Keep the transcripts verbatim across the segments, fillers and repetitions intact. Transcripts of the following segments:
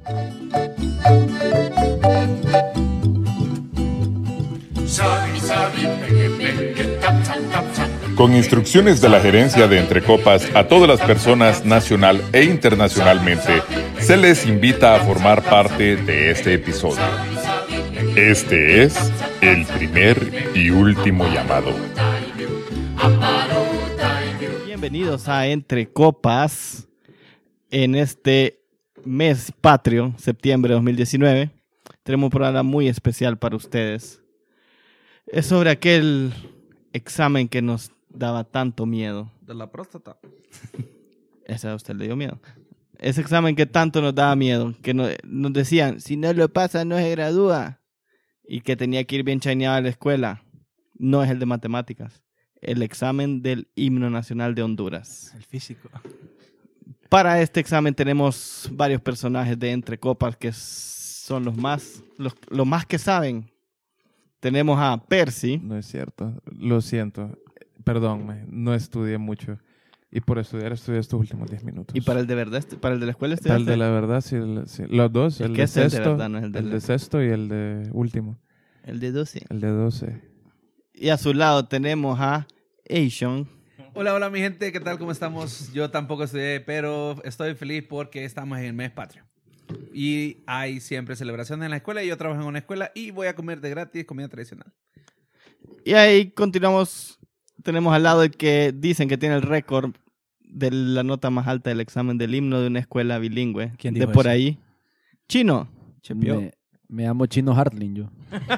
Con instrucciones de la gerencia de Entre Copas a todas las personas nacional e internacionalmente, se les invita a formar parte de este episodio. Este es el primer y último llamado. Bienvenidos a Entre Copas en este mes patrio, septiembre de dos mil diecinueve. Tenemos un programa muy especial para ustedes. Es sobre aquel examen que nos daba tanto miedo. De la próstata. Ese a usted le dio miedo. Ese examen que tanto nos daba miedo, que nos, nos decían, si no lo pasa no se gradúa. Y que tenía que ir bien chaineado a la escuela. No es el de matemáticas. El examen del himno nacional de Honduras. El físico. Para este examen tenemos varios personajes de Entre Copas que son los más, los, los más que saben. Tenemos a Percy. No es cierto. Lo siento. Perdón, me- no estudié mucho. Y por estudiar estudié estos últimos diez minutos. Y para el de verdad, para el de la escuela Para el estudiaste? de la verdad, sí, el- sí. Los dos. Es el que de es el de sexto, verdad, no es el de el la- de sexto y el de último. El de doce. El de doce. Y a su lado tenemos a Asian. Hola, hola mi gente, ¿qué tal? ¿Cómo estamos? Yo tampoco estudié, pero estoy feliz porque estamos en el mes patrio. Y hay siempre celebraciones en la escuela y yo trabajo en una escuela y voy a comer de gratis comida tradicional. Y ahí continuamos. Tenemos al lado el que dicen que tiene el récord de la nota más alta del examen del himno de una escuela bilingüe. ¿Quién de dijo por eso? ahí. Chino. Chepio. Me, me llamo Chino Hartling, yo.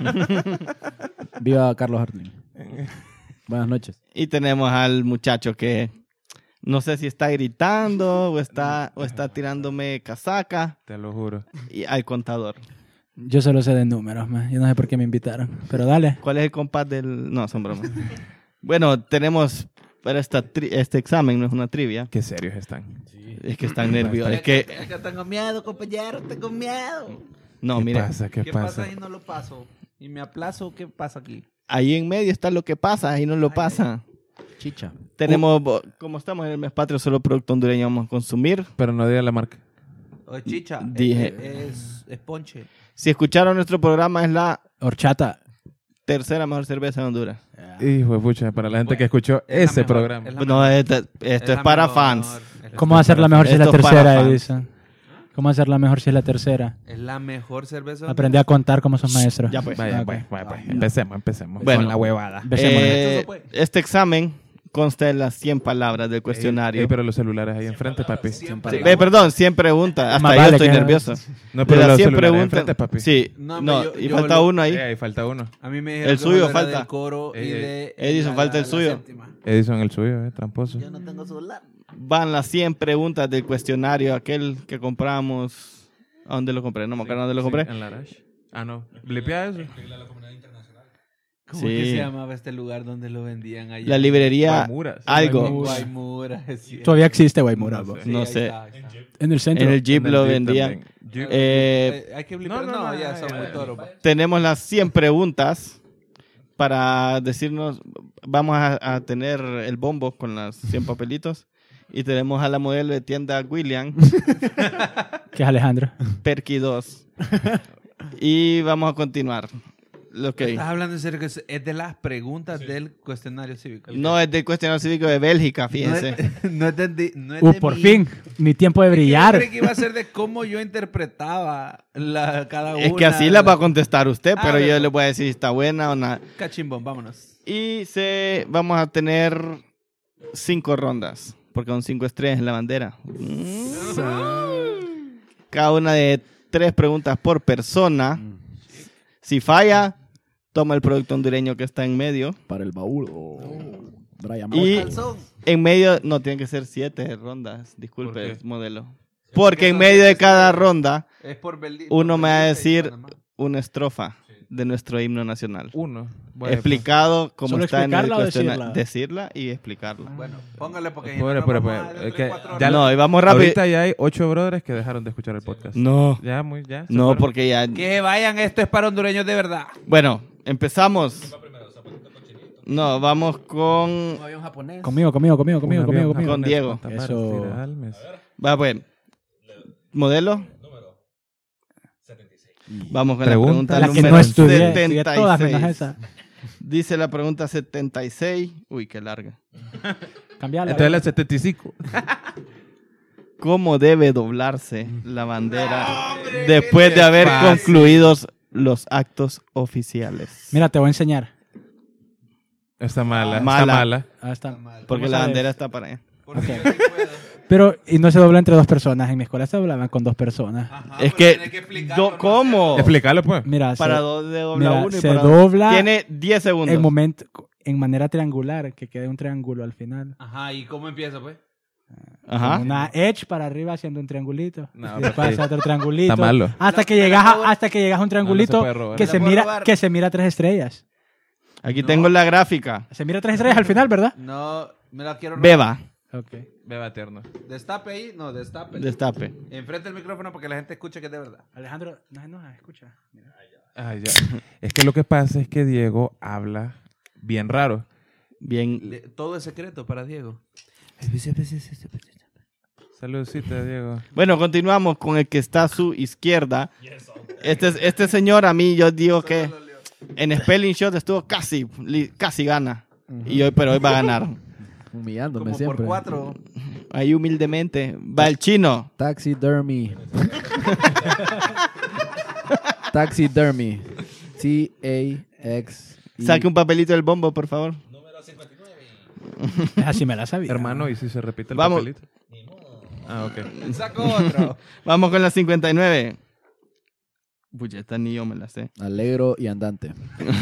Viva Carlos Hartling. Buenas noches. Y tenemos al muchacho que no sé si está gritando o está, o está tirándome casaca. Te lo juro. Y al contador. Yo solo sé de números, man. Yo no sé por qué me invitaron. Pero dale. ¿Cuál es el compás del...? No, son bromas. Bueno, tenemos para esta tri- este examen, no es una trivia. Qué serios están. Es que están nerviosos. Es que, Es que tengo miedo, compañero, tengo miedo. no, ¿Qué mira, pasa? ¿Qué, ¿Qué pasa? pasa si no lo paso? ¿Y me aplazo? ¿Qué pasa aquí? ahí en medio está lo que pasa, ahí no lo pasa. Chicha. Tenemos, bo- como estamos en el mes patrio, solo producto hondureño vamos a consumir. Pero no diga la marca. O chicha, Dije- es, es, es ponche. Si escucharon nuestro programa, es la Horchata. tercera mejor cerveza de Honduras. Hijo de pucha, para la gente que escuchó Es la ese mejor, programa. es la No, mejor. esto, esto es, la para mejor, fans. es la ¿Cómo va a ser la mejor si es la Esto es para tercera, fans. Edison? ¿Cómo va a ser la mejor si es la tercera? Es la mejor cerveza. de Aprendí a contar como sos maestro. Ya pues. Vaya, Ok. pues, vaya, pues. Empecemos, empecemos. Bueno. con la huevada. Empecemos. Eh, Eso pues. este examen consta de las cien palabras del cuestionario. Ey, pero los celulares ahí enfrente, papi. Sí, eh, perdón, cien preguntas. Hasta Más yo vale estoy que- nervioso. No, De pero las los cien celulares preguntas. enfrente, papi. Sí, No, no, pero yo- y yo falta lo- uno ahí. Eh, ahí falta uno. A mí me El dijeron que suyo uno era falta. del coro y Eh, de... Edison, la- falta el la suyo. séptima. Edison, el suyo, eh, tramposo. Yo no tengo celular. Van las cien preguntas del cuestionario, aquel que compramos. ¿A dónde lo compré? No me acuerdo dónde lo compré. Sí, en la Arash. Ah, no. ¿Blipea eso? ¿Cómo Sí. que se llamaba este lugar donde lo vendían allá? La librería Guaymuras. algo. Guaymura. sí. Todavía existe Guaymura. No bo. sé. Sí, No ahí sé. está, ahí está. En el centro. En el Jeep En el lo Jeep vendían. también. Jeep. Eh, Eh, hay que No, blipar. No, no, no, ya eh, son muy eh, toros. tenemos las cien preguntas para decirnos. Vamos a, a tener el bombo con las cien papelitos. Y tenemos a la modelo de tienda William, Que es Alejandro. Perky dos. Y vamos a continuar. Lo que Estás hablando en serio que es es de las preguntas del cuestionario cívico. no es del cuestionario cívico de Bélgica, No fíjense. es, no es de, de- no es Uh, de por mí. fin. Mi tiempo de Yo brillar. creí que iba a ser de cómo yo interpretaba la, cada una. Es que así la va a contestar usted, Ah, pero yo bueno. le voy a decir si está buena o nada. Cachimbón, vámonos. Y se, vamos a tener cinco rondas, porque son cinco estrellas en la bandera. Mm. Cada una de tres preguntas por persona. Si falla, toma el producto hondureño que está en medio. Para el baúl. Oh. Brian Y Calzón. en medio, no, tienen que ser siete rondas, disculpe, ¿Por qué? modelo. Porque en medio de cada ronda, Es por Beli- uno por me va a Belita y decir Panamá. una estrofa de nuestro himno nacional. Uno. Bueno, Explicado como ¿Solo está en el explicarla o cuestionario. decirla? Decirla y explicarla. Bueno, póngale porque Pobre, nos pobre, vamos pobre. a Es tres, que cuatro ya horas. no, y vamos rápido. Ahorita ya hay ocho brothers que dejaron de escuchar el podcast. No, Ya, muy, ya. se no, fueron. porque ya... Que vayan, esto es para hondureños de verdad. Bueno, empezamos. No, vamos con... No había un japonés. Conmigo, conmigo, conmigo, conmigo, Un conmigo, avión conmigo. Con japonés Diego. con taparas, Eso. tiralmes. Va, pues. Modelo. Vamos con Pregunta la La pregunta que número no estudié, estudié setenta y todas menos seis. esa. Dice la pregunta setenta y seis. Uy, qué larga. Cambiarla. Entonces la setenta y cinco. ¿Cómo debe doblarse la bandera después de haber fácil. concluidos los actos oficiales? Mira, te voy a enseñar. Está mala. Mala. Está mala. Ahí está. Porque ¿Cómo la sabes? bandera está para allá. Porque Ok. yo sí puedo. Pero, y no se dobla entre dos personas. En mi escuela se doblaban con dos personas. Ajá, Es pero que, tenés explicarlo, do- no ¿cómo? Explícalo, pues. Mira, Para se, dos de dobla mira, uno y se para dobla Tiene diez segundos. en momento, en manera triangular, que quede un triángulo al final. Ajá, ¿y cómo empieza, pues? Ajá. Una edge para arriba haciendo un triangulito. No, y después papi. hacer otro triangulito. Está malo. Hasta La- que me la llegas a, puedo- hasta que llegas a un triangulito puede robar. que Me la se puedo mira robar. que se mira tres estrellas. Aquí No. tengo la gráfica. Se mira tres estrellas al final, ¿verdad? No, me la quiero... Beba. Ok. Beba eterno. Destape ahí, no, destape. Destape. Enfrente del micrófono para que la gente escuche que es de verdad. Alejandro, no, no, escucha. Mira. Ah, ya. Es que lo que pasa es que Diego habla bien raro. Bien. Le- todo es secreto para Diego. Saludcita, Diego. Bueno, continuamos con el que está a su izquierda. Este, este señor, a mí, yo digo que en Spelling Shot estuvo casi, li- casi gana. Y hoy, pero hoy va a ganar. Humillándome Como siempre. por cuatro. Ahí humildemente. Va el chino. Taxidermy. Taxidermy. T A X. Saque un papelito del bombo, por favor. Así me la sabía. Hermano, ¿y si se repite el Vamos. papelito? Ah, ok. Saco otro. Vamos con la cincuenta y nueve. Pucha, esta ni yo me la sé. Alegro y andante.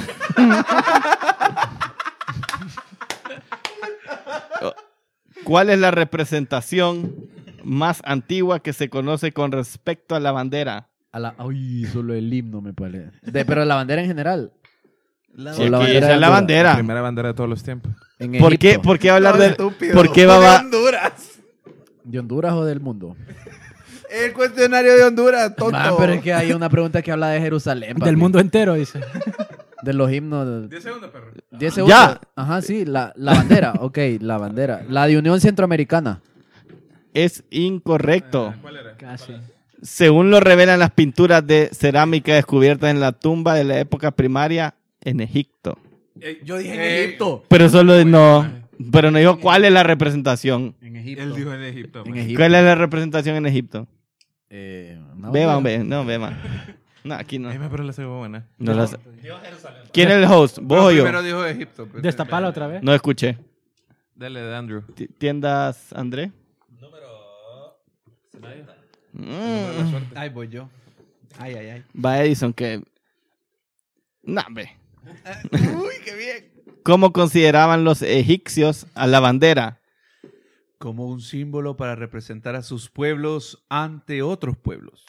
¿Cuál es la representación más antigua que se conoce con respecto a la bandera? A la, ay, solo el himno me parece. De, pero la bandera en general. La Sí, O la aquí, bandera esa de es la Honduras. La bandera. primera bandera de todos los tiempos. En ¿Por qué, Egipto. ¿Por qué hablar No, de estúpido. ¿Por qué De va Honduras. ¿De Honduras o del mundo? El cuestionario de Honduras, tonto. Man, pero es que hay una pregunta que habla de Jerusalén. papi. Del mundo entero, dice. De los himnos. diez segundos, perro. diez segundos. Ya. Ajá, sí. La, la bandera. Ok, la bandera. La de Unión Centroamericana. es incorrecto? ¿Cuál era? Casi. Según lo revelan las pinturas de cerámica descubiertas en la tumba de la época primaria en Egipto. Yo dije en Egipto. Pero solo no, pero no dijo cuál es la representación. En Egipto. Él dijo en Egipto. En man. Egipto. ¿Cuál es la representación en Egipto? Eh, una Beba, bandera. hombre, no, beba. No, aquí no. Ay, me pero la segunda buena. No la sé. ¿Quién es el host? ¿Vos o yo? Primero dijo Egipto. pues. Destapala otra vez. No escuché. Dale, de Andrew. Ti- ¿Tiendas, André? Mm. Ay, voy yo. Ay, ay, ay. Va Edison que... No, hombre. Uy, qué bien. ¿Cómo consideraban los egipcios a la bandera? Como un símbolo para representar a sus pueblos ante otros pueblos.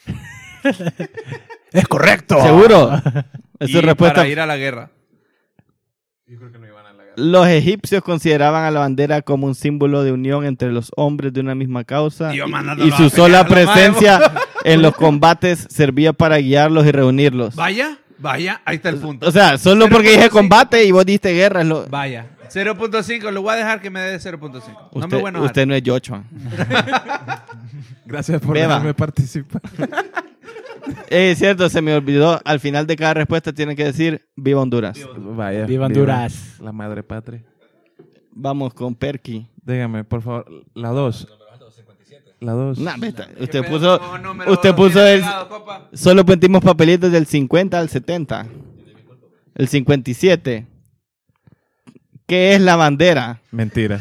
Es correcto. ¿Seguro? Es su Y respuesta. para ir a la guerra. Yo creo que no iban a la guerra. Los egipcios consideraban a la bandera como un símbolo de unión entre los hombres de una misma causa Dios, y- mandándolo y, a su sola pelear, la madre. presencia en los combates servía para guiarlos y reunirlos. Vaya, vaya, ahí está el punto. O sea, solo cero porque dije punto cinco. combate y vos diste guerra. es lo- Vaya, cero punto cinco, lo voy a dejar que me dé cero punto cinco. No me Usted, voy a enojar. usted no es Yocho. Gracias por Beba. dejarme participar. Es cierto, se me olvidó. Al final de cada respuesta tiene que decir Viva Honduras. Vaya. Viva Honduras. La madre patria. Vamos con Perky. Dígame, por favor, la dos. La dos. Nah, beta, ¿Qué usted pedo? puso, No, número usted dos puso tiene el, pegado, copa. solo pusimos papelitos del cincuenta al setenta. El cincuenta y siete. ¿Qué es la bandera? Mentira.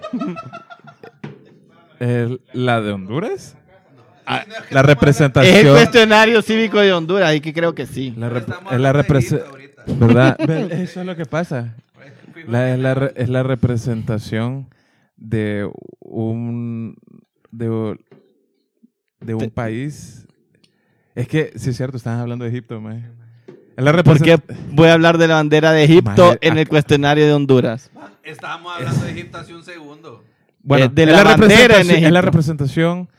El- ¿La de Honduras? Ah, La Es el representación. cuestionario cívico de Honduras, y que creo que sí. La rep- Estamos es la hablando de Egipto representación. ahorita. ¿Verdad? Ve, Eso es lo que pasa. La- es, la, re- es la representación de un de, u- de un Te- país. Es que, sí es cierto, estaban hablando de Egipto, mae. Es la ¿Por qué represent- voy a hablar de la bandera de Egipto Maje, en el acá- cuestionario de Honduras? Estábamos hablando de Egipto hace un segundo. Bueno, Eh, de es la bandera en representación- es la Egipto. representación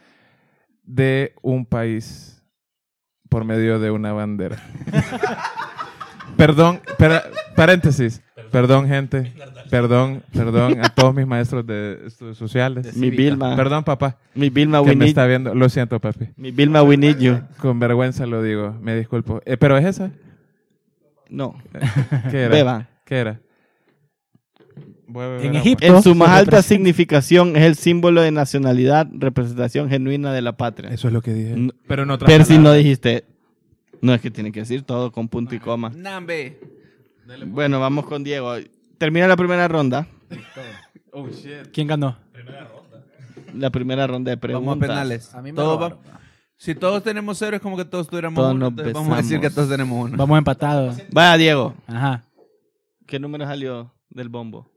de un país por medio de una bandera. Perdón, per- paréntesis. Perdón, gente. Perdón, perdón a todos mis maestros de estudios sociales. Mi Vilma. Perdón, papá, Mi Vilma, que we me need, está viendo. Lo siento, papi. mi Vilma, we need you. Con vergüenza lo digo. Me disculpo. Eh, ¿Pero es esa? No. ¿Qué era? Beba. ¿Qué era? Voy a beber En agua. Egipto. En su se más alta representa- significación es el símbolo de nacionalidad, representación genuina de la patria. Eso es lo que dije. No, Pero no Percy, no dijiste. No, es que tiene que decir todo con punto y coma. Nambe. Bueno, vamos con Diego. Termina la primera ronda. Oh, shit. ¿Quién ganó? La primera ronda de preguntas. Vamos a penales. A mí me Todos robaron. va- Si todos tenemos cero, es como que todos tuviéramos Todos uno. nos Entonces vamos a decir besamos. que todos tenemos uno. Vamos empatados. Vaya, Diego. Ajá. ¿Qué número salió del bombo?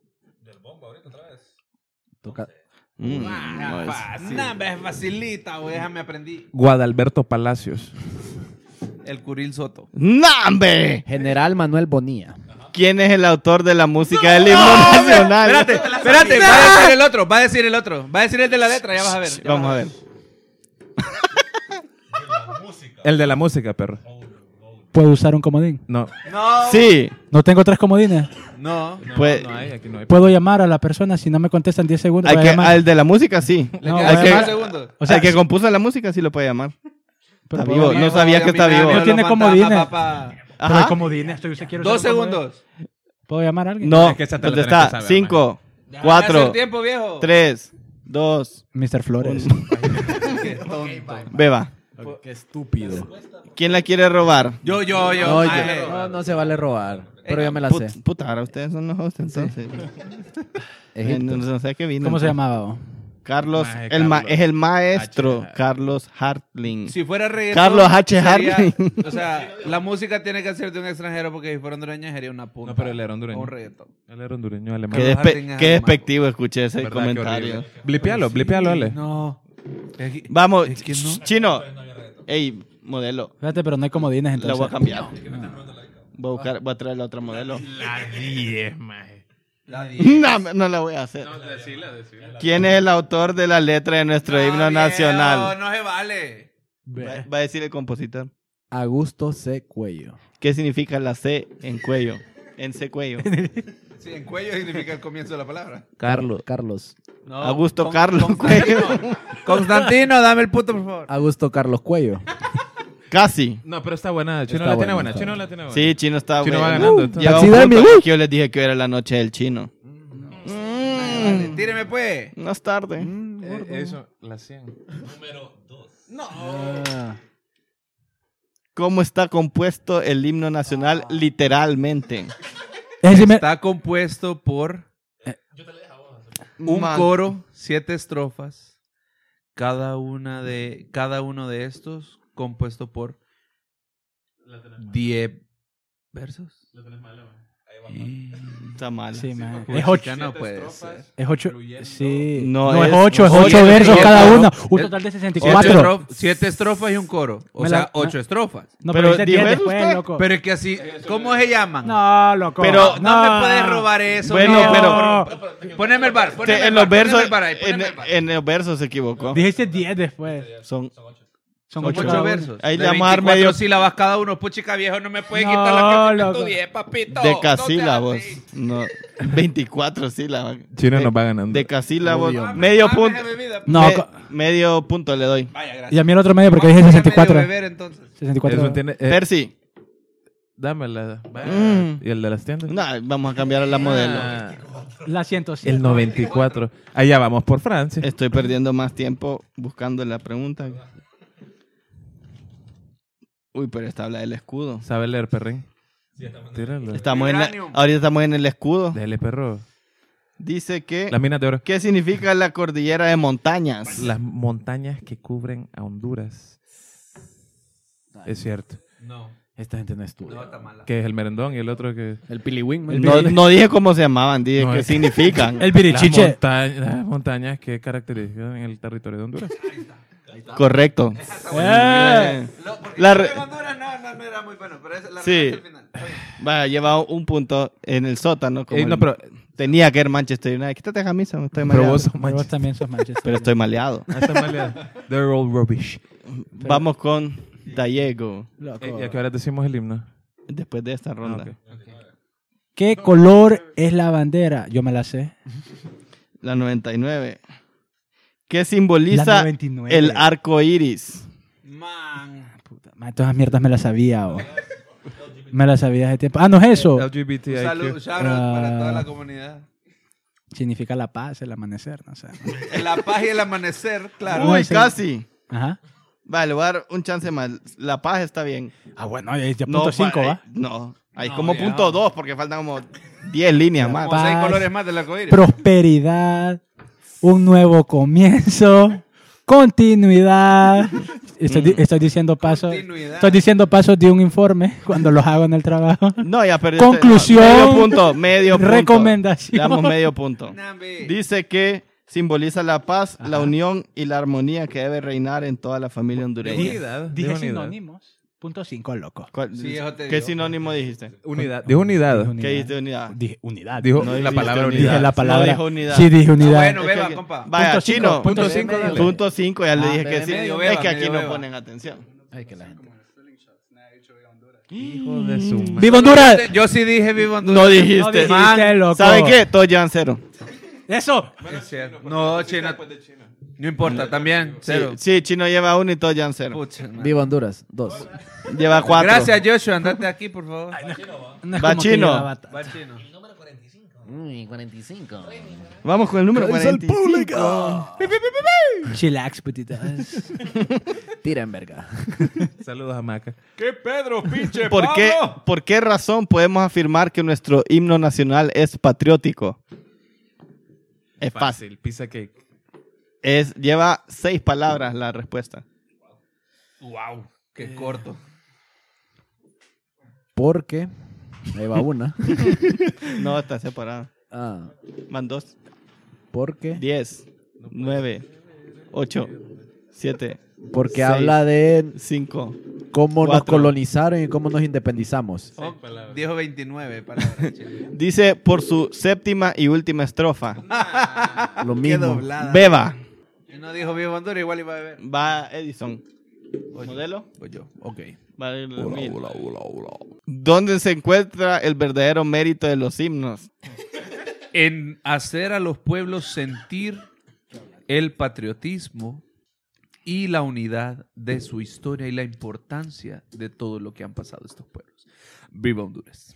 Toca- Mm, Ah, no es- fácil. Nambe, es facilita, güey. Déjame aprendí. Guadalberto Palacios. El Curil Soto. ¡Nambe! General Manuel Bonilla. ¿Quién es el autor de la música del himno nacional? Espérate, espérate. Va a decir el otro. Va a decir el otro. Va a decir el de la letra. Ya vas a ver. ya Vamos vas a ver. El de la música, perro. ¿Puedo usar un comodín? No. No. Sí, No tengo tres comodines. No. pues No hay, aquí no hay. ¿Puedo llamar a la persona si no me contestan diez segundos? hay ¿Puedo que, llamar? al de la música sí. Le No, quedan hay que- más segundos. O sea, el que compuso la música sí lo puede llamar. pero Está puedo- vivo. No sabía que está vivo. No tiene comodines. Papá. pero hay Ajá. comodines. Estoy, usted quiere Dos usar un comodín. segundos. ¿Puedo llamar a alguien? No, Es que esa te la ¿dónde tenés que está? saber, Cinco, Hacer cuatro, tiempo, viejo. tres, dos, mister Flores. Qué tonto. beba. Qué estúpido. ¿Quién la quiere robar? Yo, yo, yo. No, maje. yo- no, no se vale robar. Pero ya me la Put- sé. puta, ahora ustedes son los hosts entonces. Eh, Egipto. no, no sé qué vino. ¿Cómo se entonces. llamaba? vos? Carlos, Maje, el ma- Carlos. es el maestro H. Carlos Hartling. Si fuera reggaetón. Carlos H. sería- Hartley. O sea, la música tiene que ser de un extranjero porque si fuera hondureña sería una punta. No, pero él era hondureño. O un reggaetón. Él era hondureño, alemán. Qué, Carlos despe- Hartling es qué alemán. despectivo escuché ese ¿Verdad? Qué comentario. horrible. Blipealo, blipealo, Ale. No. Es que- Vamos, Es que no. Chino. Ey, modelo. Fíjate, pero no hay comodines La entonces. voy a cambiar. Voy a, buscar, voy a traer la otra modelo. La diez, maje. La diez. No, no la voy a hacer. ¿Quién es el autor de la letra de nuestro No, himno viejo, nacional? No se vale. Va, va a decir el compositor. Augusto C. Cuello. ¿Qué significa la C en cuello? En C cuello. Sí, en cuello significa el comienzo de la palabra. Carlos. Carlos. No, Augusto Con- Carlos Constantino. Constantino, dame el puto, por favor. Augusto Carlos Cuello. Casi. No, pero está buena. Chino Está la buena, tiene buena. está Chino buena. la tiene buena. Sí, Chino está Chino bueno. va ganando. Uh, entonces. lleva un Taxidermy, punto, uh. que yo les dije que hoy era la noche del Chino. Dale, Mm, tíreme pues. no es tarde. Eh, eso, la cien. Ah, ¿Cómo está compuesto el himno nacional literalmente? Es decir, me- Está compuesto por un Man. coro, siete estrofas. Cada una de cada uno de estos compuesto por diez versos. Está mal. sí, man. Pues Es ocho. ya no puede ser. Es ocho. Sí. No, No, es es- ocho, es oye, ocho el- versos el- cada el- uno. Un el- total de sesenta y Siete, cuatro. estrof- siete estrofas y un coro. O Me sea, la- ocho me- estrofas. No, Pero pero dice dijo diez eso después, usted. loco. Pero es que así, ¿cómo se llaman? No, loco. Pero- No, me puedes robar eso. Bueno, viejo. pero- Poneme el bar. Te- Poneme el en bar, los versos, poneme el bar ahí, en, poneme el bar. en los versos se equivocó. Dijiste diez después. Son, Son Son ocho, ocho cada uno. versos. Ahí de le vamos a dar veinticuatro medio- sílabas cada uno. Puchica viejo, no me puede No, quitar la que loco. tú diez, papito. de No casílabos. seas así. No, veinticuatro sílabas. Chino De- nos va ganando. De casílabos. Obvio. Medio Dame punto. esa bebida. No, me- co- medio punto le doy. Vaya, gracias. y a mí el otro medio porque dije Déjame sesenta y cuatro. medio beber, entonces. sesenta y cuatro. Eso tiene. eh, Percy. dámela. Vaya. Mm. ¿Y el de las tiendas? No, vamos a cambiar a la modelo. Ah, La ciento siete. el noventa y cuatro. Allá vamos por Francia. Estoy perdiendo más tiempo buscando la pregunta. Uy, pero esta habla del escudo. ¿Sabe leer, perrín? Tíralo. Estamos en la- Vibranium. ahorita estamos en el escudo. Dele, perro. Dice que... Las minas de oro. ¿Qué significa la cordillera de montañas? Las montañas que cubren a Honduras. Es cierto. No, esta gente no estudia. no está mala. Que es el merendón y el otro que... El piliwing. El No, pili- no dije cómo se llamaban, dije No, qué es- significan. El Las, pirichiche. monta- las montañas que caracterizan el territorio de Honduras. Correcto. Eh. Lo- porque La el re- de Honduras no, no, no era muy bueno, pero es la Sí. respuesta al final. Está bien. Vaya, lleva un punto en el sótano. Como Eh, no, el- pero, Tenía que ir Manchester United. Quítate camisa, no estoy pero maleado. vos sos Pero vos Manchester. también sos Manchester. Pero estoy maleado. Ah, está maleado. They're all rubbish. Vamos con Diego. Loco. Eh, ¿Y a qué hora decimos el himno? Después de esta ronda. Ah, ok. ¿Qué color es la bandera? Yo me la sé. La noventa y nueve. ¿Qué La simboliza noventa y nueve. el arco iris? Man. Puta, man, todas esas mierdas me las sabía. Oh. Me las sabía hace tiempo. Ah, no es eso. L G B T I Un saludo, Q. shout out para Ah. toda la comunidad. Significa la paz, el amanecer, no sé. En la paz y el amanecer, claro. Uy, no sé. casi. Ajá. Vale, le voy a dar un chance más. La paz está bien. Ah, bueno, ya ya punto cinco, pa- ¿va? No, hay No, como ya. punto dos porque faltan como diez líneas más. Como seis Paz. colores más del arcoíris. Prosperidad, un nuevo comienzo, continuidad. Estoy, di- estoy diciendo pasos. Continuidad. Estoy diciendo pasos de un informe cuando los hago en el trabajo. No, ya perdí. Conclusión. Medio punto, medio punto. Recomendación. Le damos medio punto. Nambi. Dice que simboliza la paz, la unión y la armonía que debe reinar en toda la familia hondureña. Unidad. Dije Dijo unidad. sinónimos. Punto cinco, loco. ¿Cuál- Sí, eso te ¿Qué digo. sinónimo dijiste? Unidad. Dijo unidad. Dije ¿Qué dijiste unidad? Dije unidad. Dijo No la dijiste palabra unidad. unidad. Dije la palabra. No dijo unidad. Sí, dije unidad. Ah, bueno, Es que beba, aquí- compa. Vaya, Punto cinco, chino. punto cinco, cinco, dale. Punto cinco, ya le Ah, dije que medio sí. beba, Es que aquí medio no beba. ponen atención. Ay, que la gente. Hijo de su madre. ¡Viva Honduras! Yo sí dije vivo Honduras. No dijiste. No dijiste, Man, loco. ¿saben qué? Todos llevan cero. ¡Eso! Es cierto. No, China. No importa, también. Sí, Cero. sí, Chino lleva uno y todos llevan cero. Pucha, man. Viva Honduras, dos. Lleva cuatro. Gracias, Joshua. Andate aquí, por favor. No es Va como que chino. llevaba ta- Va chino. Uy, cuarenta y cinco. Vamos con el número cuarenta y cinco. Chillax, putitas. Tira en verga. Saludos a Maca. ¿Qué Pedro, pinche ¿Por qué, ¿Por qué razón podemos afirmar que nuestro himno nacional es patriótico? Es fácil. Pizza cake. Es, lleva seis palabras la respuesta. Wow, qué corto. Porque. Ahí va una. No, está separada. Ah, Van dos. porque. Diez. Nueve. Ocho. Siete. Porque Seis. habla de Cinco. cómo nos Cuatro. colonizaron y cómo nos independizamos. Oh, dijo veintinueve palabras. chino. Dice por su séptima y última estrofa. Lo Qué mismo. doblada. Beba. Y no dijo vivo Honduras, igual iba a beber. Va Edison. ¿Modelo? Pues yo, ok. Va a ir la mil. ¿Dónde se encuentra el verdadero mérito de los himnos? En hacer a los pueblos sentir el patriotismo y la unidad de su historia y la importancia de todo lo que han pasado estos pueblos. Viva Honduras.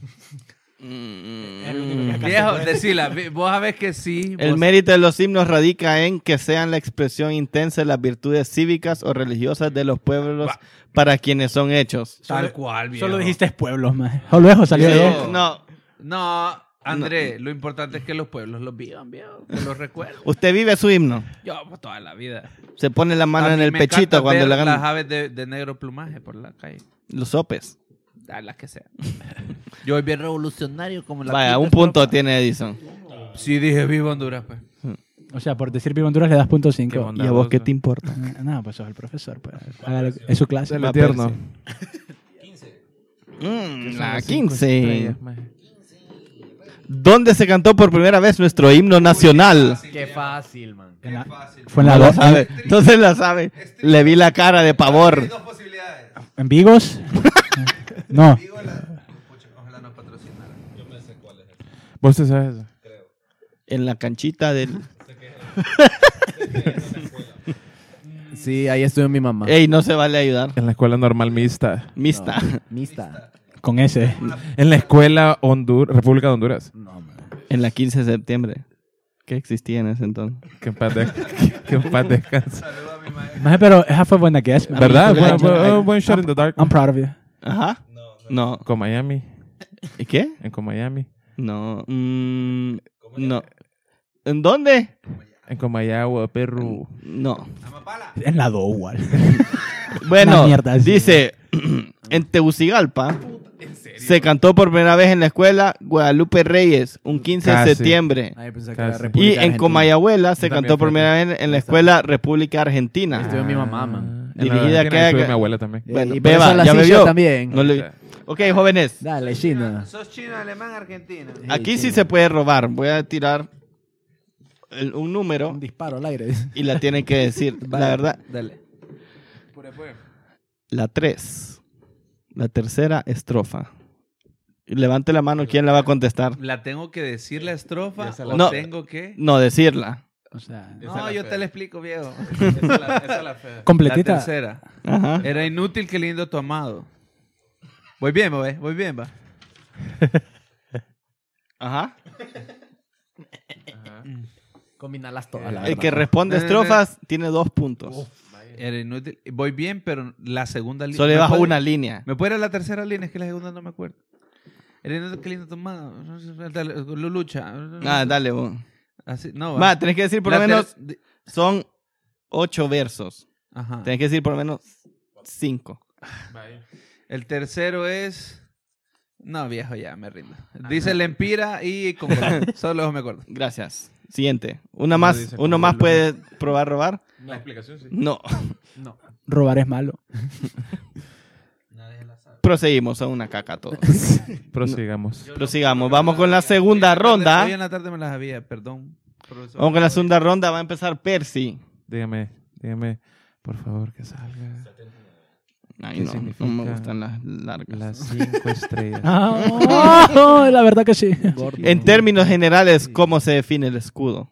Viejo, decila, vi- vos sabés que sí. El vos- mérito de los himnos radica en que sean la expresión intensa de las virtudes cívicas o religiosas de los pueblos para quienes son hechos. Tal cual, viejo. Solo dijiste pueblos, man. Solo eso salió de Sí, dos. no. No, André, lo importante es que los pueblos los vivan, viejo. Que los recuerden. Usted vive su himno. Yo, pues, toda la vida. Se pone la mano A en mí el me pechito encanta cuando ver le hagan las aves de, de negro plumaje por la calle. los sopes. Ah, las que sean. Yo soy bien revolucionario como la Vaya, quinta un punto estrofa. tiene Edison. Sí, dije viva Honduras, pues. O sea, por decir Viva Honduras le das punto Qué cinco. bondadoso. ¿Y a vos qué te importa? No, pues sos el profesor. Pues. Hágalo- Es su clase. El Va, eterno. Mm, la Cinco quince. estrellas, maje. ¿Dónde se cantó por primera vez nuestro himno nacional? Qué fácil, man. En la- Fue en la No la dos. sabe. No se la sabe. Le vi la cara de pavor. Dos posibilidades. ¿En Vigos? No. Ojalá nos patrocinaran. ¿Vos te sabes eso? En la canchita del... Sí, ahí estuvo mi mamá. Ey, no se vale ayudar. En la escuela normal mixta. Mista. No, mixta. Con ese. En la escuela Honduras, República de Honduras. No, man. En la quince de septiembre. Que existía en ese entonces. Que en paz, de- que en paz descanse. Saludos a mi maestra. Maje, pero esa fue buena guess, man. ¿Verdad? Ay, Buen, ay, buen- ay. oh, buen shot in the dark. I'm proud of you. Ajá. No. Con Miami. ¿Y qué? En con Miami. No. Mm, no. ¿En dónde? En Comayagua, Perú. No. En la dos, igual. Bueno, Una mierda así. dice, en Tegucigalpa se cantó por primera vez en la escuela Guadalupe Reyes, un quince de Casi. septiembre. Ay, pensé que Casi. era Y República en Argentina. Comayagüela se Yo también cantó por fui. primera vez en la escuela República Argentina. Estuvo mi mamá, man. En la Dirigida Argentina, que ahí estuve haga- mi abuela también. Eh, Bueno, y por beba, eso la ¿ya silla bebió? también. No le- Ok, jóvenes, Dale, China. Sos chino, alemán, argentino. aquí sí se puede robar. Voy a tirar el- un número Un disparo al aire. y la tienen que decir. La Vale, verdad, Dale. la tres. La tercera estrofa. Levante la mano, ¿quién la va a contestar? ¿La tengo que decir la estrofa Esa o la- No. tengo que...? No, decirla. O sea, Esa No, es la yo fea. te la explico, viejo. Esa es la, esa es la fea. La completita. tercera. Ajá. Era inútil, qué lindo tu amado. Voy bien, voy, voy bien, va. Ajá. Ajá. Combinarlas todas, la El verdad. que responde No, no, no. estrofas tiene dos puntos. Era inútil. Voy bien, pero la segunda línea... Solo le ¿Me bajo puede- una línea. ¿Me puede ir a la tercera línea? Es que la segunda no me acuerdo. Era inútil, qué lindo tu amado. Lulucha. Ah, dale, vos. Así, no, va. Va, tenés que decir por lo La menos, ter- de- son ocho versos. Ajá. Tenés que decir por lo menos cinco. Vaya. El tercero es... No, viejo, ya me rindo. Dice Lempira y Congolano. Solo eso me acuerdo. Gracias. Siguiente. Una No más, dice uno como más el- puede probar robar. La explicación, sí. No. No. Robar es malo. Proseguimos, son una caca todos. Prosigamos. Prosigamos. Vamos con la segunda Hoy ronda. en la tarde me las había, perdón. profesor. Vamos con la segunda ronda. Va a empezar Percy. Dígame, dígame, por favor, que salga Ay, ¿Qué no, no me significa gustan las largas. las cinco estrellas. Ah, la verdad que sí. En términos generales, ¿cómo se define el escudo?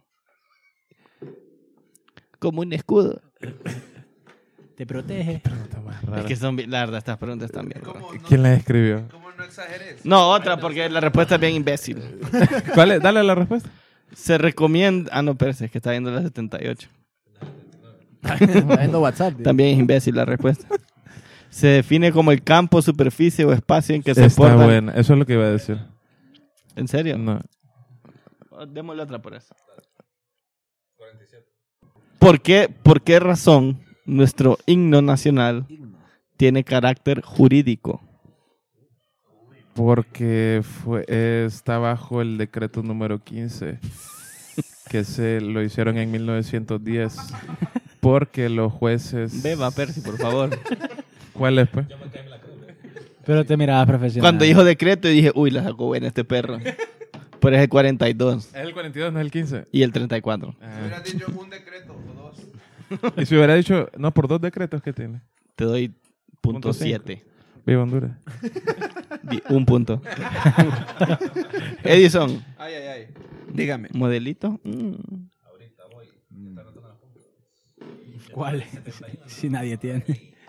Como un escudo. Te protege. Pregunta más rara. Es que son bien largas estas preguntas también. ¿Cómo no- ¿Quién la escribió? ¿Cómo no exageres? No, otra, porque la respuesta es bien imbécil. ¿Cuál es? Dale la respuesta. Se recomienda... Ah, no, Percy, es que está viendo la setenta y ocho. Está viendo WhatsApp. tío. También es imbécil la respuesta. Se define como el campo, superficie o espacio en que se Está portan... buena. Eso es lo que iba a decir. ¿En serio? No. Démosle otra por eso. ¿Por qué, ¿Por qué razón nuestro himno nacional tiene carácter jurídico? Porque fue, eh, está bajo el decreto número quince, que se lo hicieron en mil novecientos diez. Porque los jueces... Beba, Percy, por favor. ¿Cuál es, pues? Pero te mirabas profesional. Cuando dijo decreto, dije, uy, la sacó buena este perro. Pero es el cuarenta y dos Es el cuarenta y dos, no es el quince. y el treinta y cuatro. Si hubieras dicho un decreto o dos. Y si hubiera dicho, no, por dos decretos que tiene. Te doy punto Punto cinco. siete. Viva Honduras. Di- Un punto. Edison, Ay, ay, ay. Dígame. modelito. Mm. ¿Cuál? Si nadie tiene.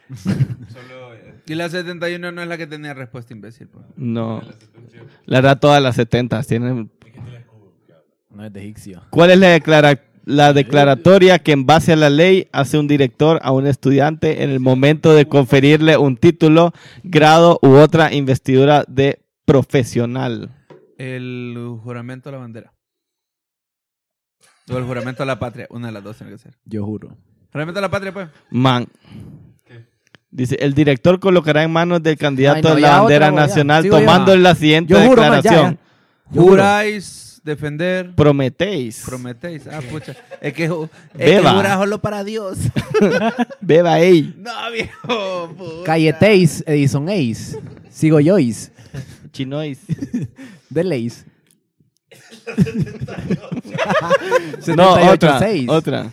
Y la setenta y uno no es la que tenía respuesta imbécil. Pues. No. La verdad, todas las setenta tienen. No es de egipcio. ¿Cuál es la, declara- la declaratoria que en base a la ley hace un director a un estudiante en el momento de conferirle un título, grado u otra investidura de profesional? El juramento a la bandera. O el juramento a la patria. Una de las dos tiene que ser. Yo juro. Juramento a la patria, pues. Man. Dice, el director colocará en manos del candidato Ay, no, de ya la bandera otra, voy, ya. nacional Sigo yo. tomando la siguiente Yo juro, man, ya, declaración. ya. Yo juro. Juráis defender. Prometéis. Prometéis. Ah, pucha. Es que, ju- es que Beba. juras solo para Dios. Beba, ey. No, viejo. puta. Calletéis, Edison Ace. Sigo yois. Chinois. De Leis. No, setenta y ocho otra. seis. Otra.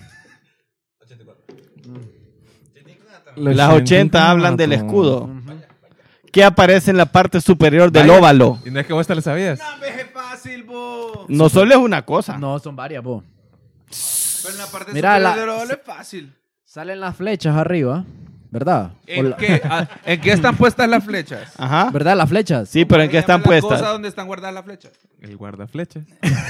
Los Las ochenta hablan del como- escudo. ¿Qué aparece en la parte superior del Vaya. óvalo? Y no es que vos te lo sabías. No, veje fácil, bo. No solo es una cosa. No, son varias, po. Pero en la parte Mira, superior la- del óvalo es fácil. Salen las flechas arriba, ¿verdad? O ¿En la- qué? Ah, ¿En qué están puestas las flechas? Ajá. ¿Verdad? Las flechas. Sí, pero ¿en qué ¿Cómo se están llama la cosa puestas? donde están guardadas las flechas? El guardaflechas.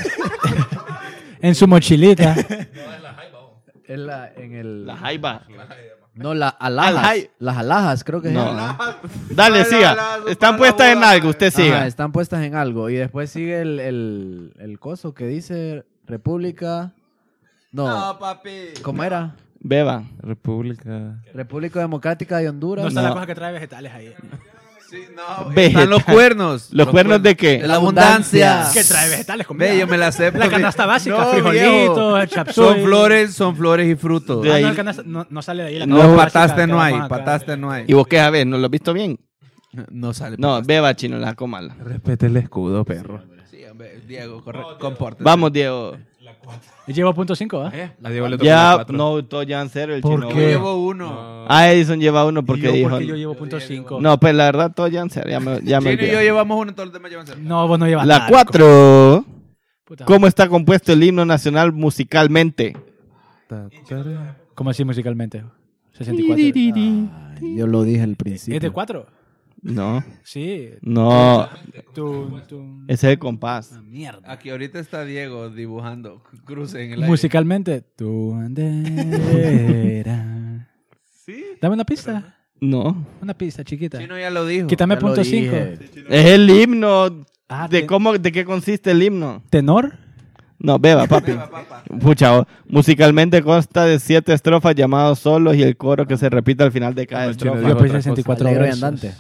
En su mochilita. En, la, en el... La jaiba. No, las alhajas. Alhai- Las alhajas, creo que es. No. Ah, Dale, Ay, siga. la- la- Están la puestas en boda. algo, usted Ajá, siga. están puestas en algo. Y después sigue el, el, el coso que dice República... No, No, papi. ¿cómo era? Beba. República. República Democrática de Honduras. No está No. la cosa que trae vegetales ahí. Sí, no, Vegetal. están los cuernos. ¿Los cuernos de qué? De la abundancia. ¿Qué trae vegetales? Comida. Ve, yo me la sé. La porque- canasta básica, No, frijolitos, viejo. chapsui. Son flores, son flores y frutos. De Ah, ahí- no, el canasta- no, no sale de ahí la No, canasta básica pataste que no hay, vamos acá. pataste no hay. ¿Y vos qué sabés? ¿No lo has visto bien? No sale. No, pataste. beba, chino, la comala. Respete el escudo, perro. Sí, hombre, Diego, corre, compórtate. Vamos, Diego. Y llevo punto cinco, ¿ah? A Diego le tocó la Ya, cuatro. no, todos llevan cero. El ¿Por chino. qué? Yo llevo uno. No. Ah, Edison lleva uno Y porque yo, dijo. porque yo llevo punto cinco. No, pues la verdad, todos llevan cero. Ya me, ya me Chino y yo olvidé. llevamos uno, todos los demás llevan cero. No, vos no llevas La nada, cuatro. puta. ¿Cómo está compuesto el himno nacional musicalmente? Ta- tara. ¿Cómo así musicalmente? sesenta y cuatro. Ah, yo lo dije al principio. ¿Es de cuatro? No, Sí. no. Tum, tum. Ese es el compás. Ah, mierda. Aquí ahorita está Diego dibujando cruces en el aire. Musicalmente. Tu bandera. Sí. Dame una pista. No. Una pista chiquita. Chino ya lo dijo. Quítame Ya lo punto cinco. dije. Es el himno. Ah, ¿De te- cómo, de qué consiste el himno? ¿Tenor? No, beba, papi. Beba, papá. Pucha, oh, musicalmente consta de siete estrofas llamados solos y el coro que se repite al final de cada Como el chino estrofa. Yo dijo pensé otra sesenta y cuatro Alegro y versos. andante.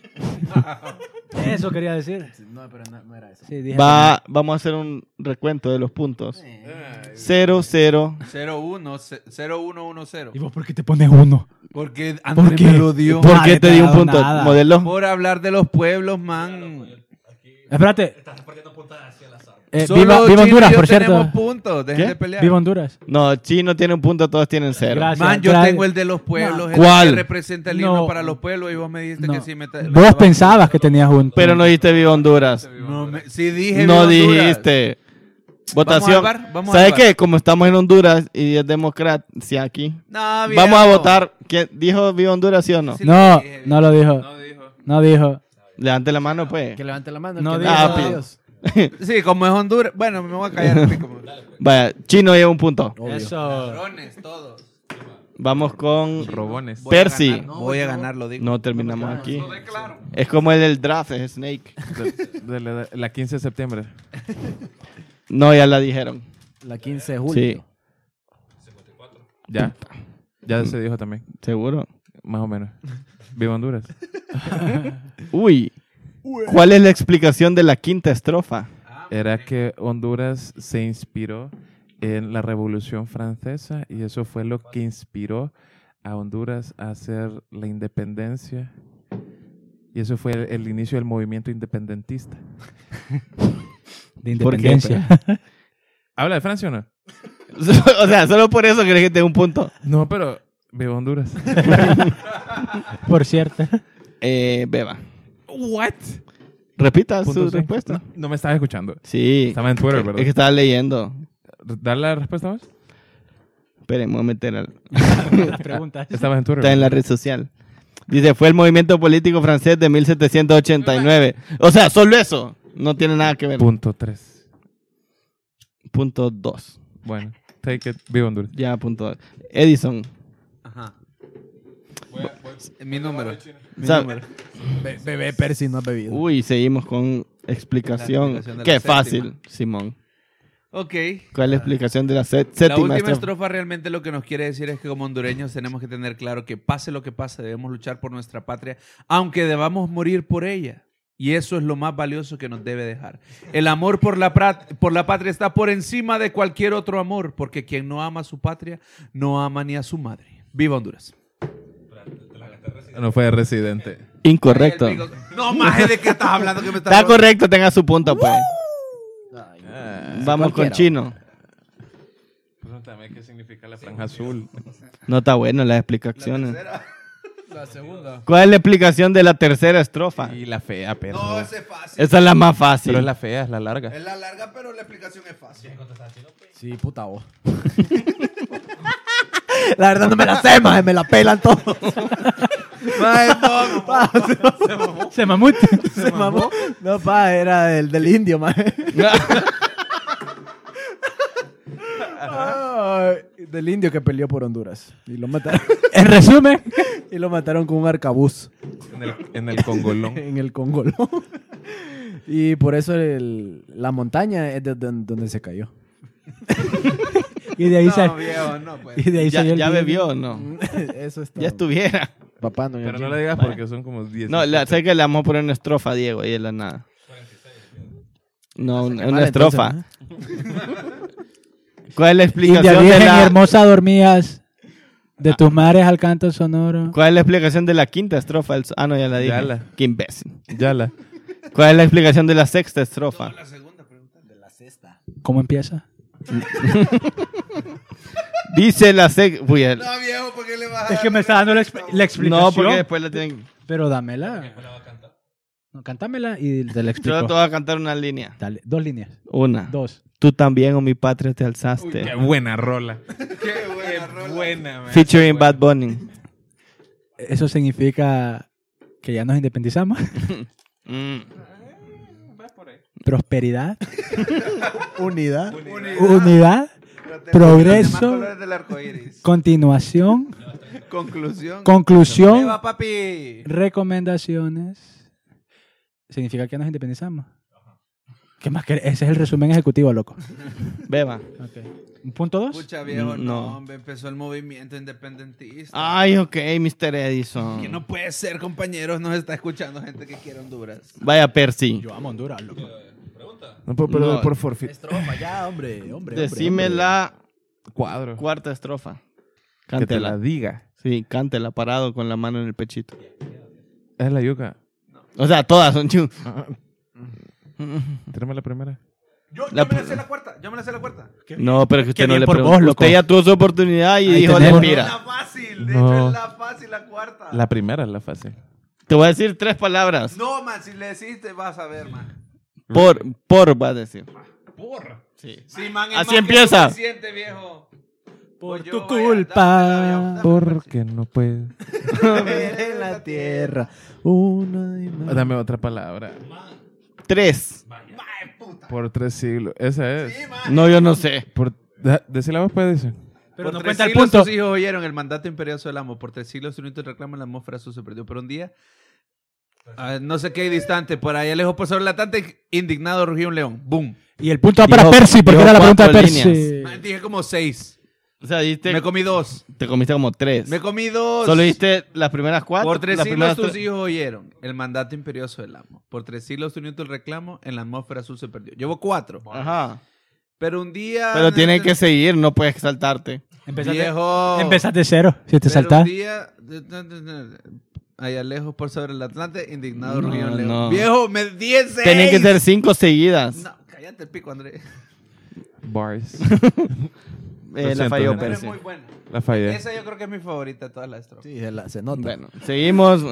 Eso quería decir. No, pero no, no era eso. Sí, dije Va, vamos a hacer un recuento de los puntos. Cero, cero. cero uno, ce- cero uno uno cero. ¿Y vos por qué te pones uno? Porque Andrés ¿Por qué? me lo dio. ¿Por Nadie qué te te ha di un dado punto? nada. Modelo. Por hablar de los pueblos, man. Espérate. Eh, Solo viva, viva Chino y Honduras, yo por cierto. tenemos puntos. Dejen ¿Qué? de pelear. Viva Honduras. No, Chino tiene un punto, todos tienen cero. Gracias. Man, yo Gracias. tengo el de los pueblos. el ¿Cuál? que representa el himno No. para los pueblos y vos me dijiste No. que sí me... te- me Vos daba- pensabas que tenías un. Pero no dijiste Viva Honduras. No, me- sí dije No Viva Honduras. dijiste. Vamos Votación. al bar, vamos al ¿Sabes bar. qué? Como estamos en Honduras y es democracia aquí. No, viejo. Vamos a votar. ¿Quién dijo Viva Honduras, sí o no? Sí. No, dije, no lo dijo. No dijo. No dijo. Levante la mano, pues. Que levante la mano. No que diga. Ah, no, pi- Dios. Sí, como es Honduras. Bueno, me voy a callar. así como- Vaya, Chino lleva un punto. Obvio. Eso. Cabrones, todos. Vamos con Robones. Voy a Percy. ganar, Voy a ganar, lo digo. No terminamos aquí. Es como el del draft, es Snake. De, de la, la quince de septiembre. No, ya la dijeron. La quince de julio. Sí, Ya. Ya se dijo también. seguro. Más o menos. Viva Honduras. Uy. ¿Cuál es la explicación de la quinta estrofa? Era que Honduras se inspiró en la Revolución Francesa y eso fue lo que inspiró a Honduras a hacer la independencia. Y eso fue el, el inicio del movimiento independentista. De ¿Por qué? independencia. ¿Habla de Francia o no? O sea, solo por eso crees que te un punto. No, pero viva Honduras. Por cierto. Eh, Beba. What? Repita Punto su cinco. respuesta. No, no me estabas escuchando. Sí. Estaba en Twitter, Es ¿verdad? que estaba leyendo. ¿Dar la respuesta más? Esperen, me voy a meter al... Las preguntas. Estabas en Twitter. Está en la red social. Dice, fue el movimiento político francés de mil setecientos ochenta y nueve. O sea, solo eso. No tiene nada que ver. Punto tres. Punto dos. Bueno, take it. Viva Honduras. Ya, punto dos. Edison. Ajá. Mi número. Mi O sea, número. Be- Bebé Percy no ha bebido. Uy, seguimos con explicación. La explicación de la Qué séptima. fácil, Simón. Ok. ¿Cuál es la explicación de la sé- La séptima última estrofa? estrofa realmente lo que nos quiere decir es que como hondureños tenemos que tener claro que pase lo que pase, debemos luchar por nuestra patria, aunque debamos morir por ella. Y eso es lo más valioso que nos debe dejar. El amor por la, prat- por la patria está por encima de cualquier otro amor, porque quien no ama a su patria, no ama ni a su madre. ¡Viva Honduras! No fue Residente. Incorrecto. Ay, el pico- No, maje, ¿de qué estás hablando? Que me estás Está correcto, tenga su punto, pues. Vamos con cualquiera. Chino. Pregúntame qué significa la franja azul. No está bueno las explicaciones. La segunda. ¿Cuál es la explicación de la tercera estrofa? Y la fea, perro. No, ese es fácil. Esa es la más fácil. Pero es la fea, es la larga. Es la larga, pero la explicación es fácil. Sí, puta vos. La verdad no me la sé, maje, me la pelan todos. Maje, no. Se mamut. Se mamó. No, pa, era el del indio, maje. Ay, del indio que peleó por Honduras. Y lo mataron. En resumen. Y lo mataron con un arcabuz En el, en el congolón. en el Congolón. Y por eso el- la montaña es de don- donde se cayó. Y de ahí, No, sal- viejo, no, pues. y de ahí ¿Ya, salió el ya video. bebió o no? Eso está. Ya estuviera. Papá, no, Pero no le digas porque son como diez. No, la, sé que le vamos a poner una estrofa a Diego ahí en la nada. No, una, una Vale, estrofa. entonces, ¿Cuál es la India explicación de virgen la... hermosa dormías. De tus mares al canto sonoro. ¿Cuál es la explicación de la quinta estrofa? del so- Ah, no, ya la dije. Ya la- Qué imbécil. Ya la. ¿Cuál es la explicación de la sexta estrofa? La segunda pregunta. ¿Cómo empieza? Dice la sec... Uy, el- No, viejo, ¿por qué le vas a Es que me está dando la, exp- la explicación. No, porque después la tienen... Pero dámela. No, cántamela y te la explico. Yo te voy a cantar una línea. Dale, dos líneas. Una. Dos. Tú también, oh mi patria, te alzaste. Qué buena rola. Qué buena rola. Buena, man. Featuring Bad Bunny. Eso significa que ya nos independizamos. Mm. Prosperidad. Unidad. Unidad. Progreso. Los demás colores del arco iris. Continuación. Conclusión. Conclusión. Eva, papi. Recomendaciones. Significa que nos independizamos. ¿Qué más querés? Ese es el resumen ejecutivo, loco. Beba. ¿Un punto dos? Pucha, viejo, No. no, hombre, empezó el movimiento independentista. Ay, ok, mister Edison. Que no puede ser, compañeros, nos está escuchando gente que quiere Honduras. Vaya, Percy. Yo amo Honduras, loco. No puedo perder No. por forfeit. Estrofa, ya, hombre, hombre. Decime hombre. la Cuadro. cuarta estrofa. Que te la Cántela. diga. Sí, cántela parado con la mano en el pechito. Es la yuca. O sea, todas son chu. Tírame la primera. Yo, La yo me la pr- sé la cuarta, yo me la sé la cuarta. No, pero que usted Qué no bien le por preguntó. vos, loco. Usted ya tuvo su oportunidad y Ahí dijo tenemos. Es mentira. la fácil, de No. hecho es la fácil la cuarta. La primera es la fácil. Te voy a decir tres palabras. No, man, si le decís te vas a ver, man. Por, por va a decir. Por. Sí. Sí, man, es Así más que empieza. suficiente, viejo. Por Pues tu yo, vaya, culpa. dame, dame, dame, Porque no puedo. En la tierra. Una y más. Dame otra palabra. Tres. Por tres siglos. Esa es. Sí, man. No, yo no sé. Por... de- Decir la voz, pues, dice. Pero Por no tres cuenta el siglos punto. sus hijos oyeron el mandato imperioso del amo. Por tres siglos su único reclamo en la atmósfera azul se perdió. Pero un día, ah, no sé qué distante, por allá lejos, por sobre el latente, indignado rugió un león. ¡Boom! Y el punto va para Dijo- Percy, porque dijo era la pregunta de cuatro Percy. líneas. Man, dije como seis. O sea, diste, Me comí dos. te comiste como tres. Me comí dos. Solo diste las primeras cuatro. Por tres las siglos primeras tus tres- hijos oyeron el mandato imperioso del amo. Por tres siglos su único reclamo en la atmósfera azul se perdió. Llevo cuatro. Ajá. Pero un día... Pero tiene que seguir, no puedes saltarte. Empezaste, Viejo. empezaste de cero. Si te Pero saltás. un día... Allá lejos por sobre el Atlante, indignado No, rugió un león. no. Viejo, me diez seis. Tienen que ser cinco seguidas. No, cállate el pico, Andrés. Bars. Eh, Lo la siento, falló gente. No eres Percy. muy buena. La fallé. Esa yo creo que es mi favorita de todas las estrofas. Sí, se, la- se nota. Bueno, seguimos.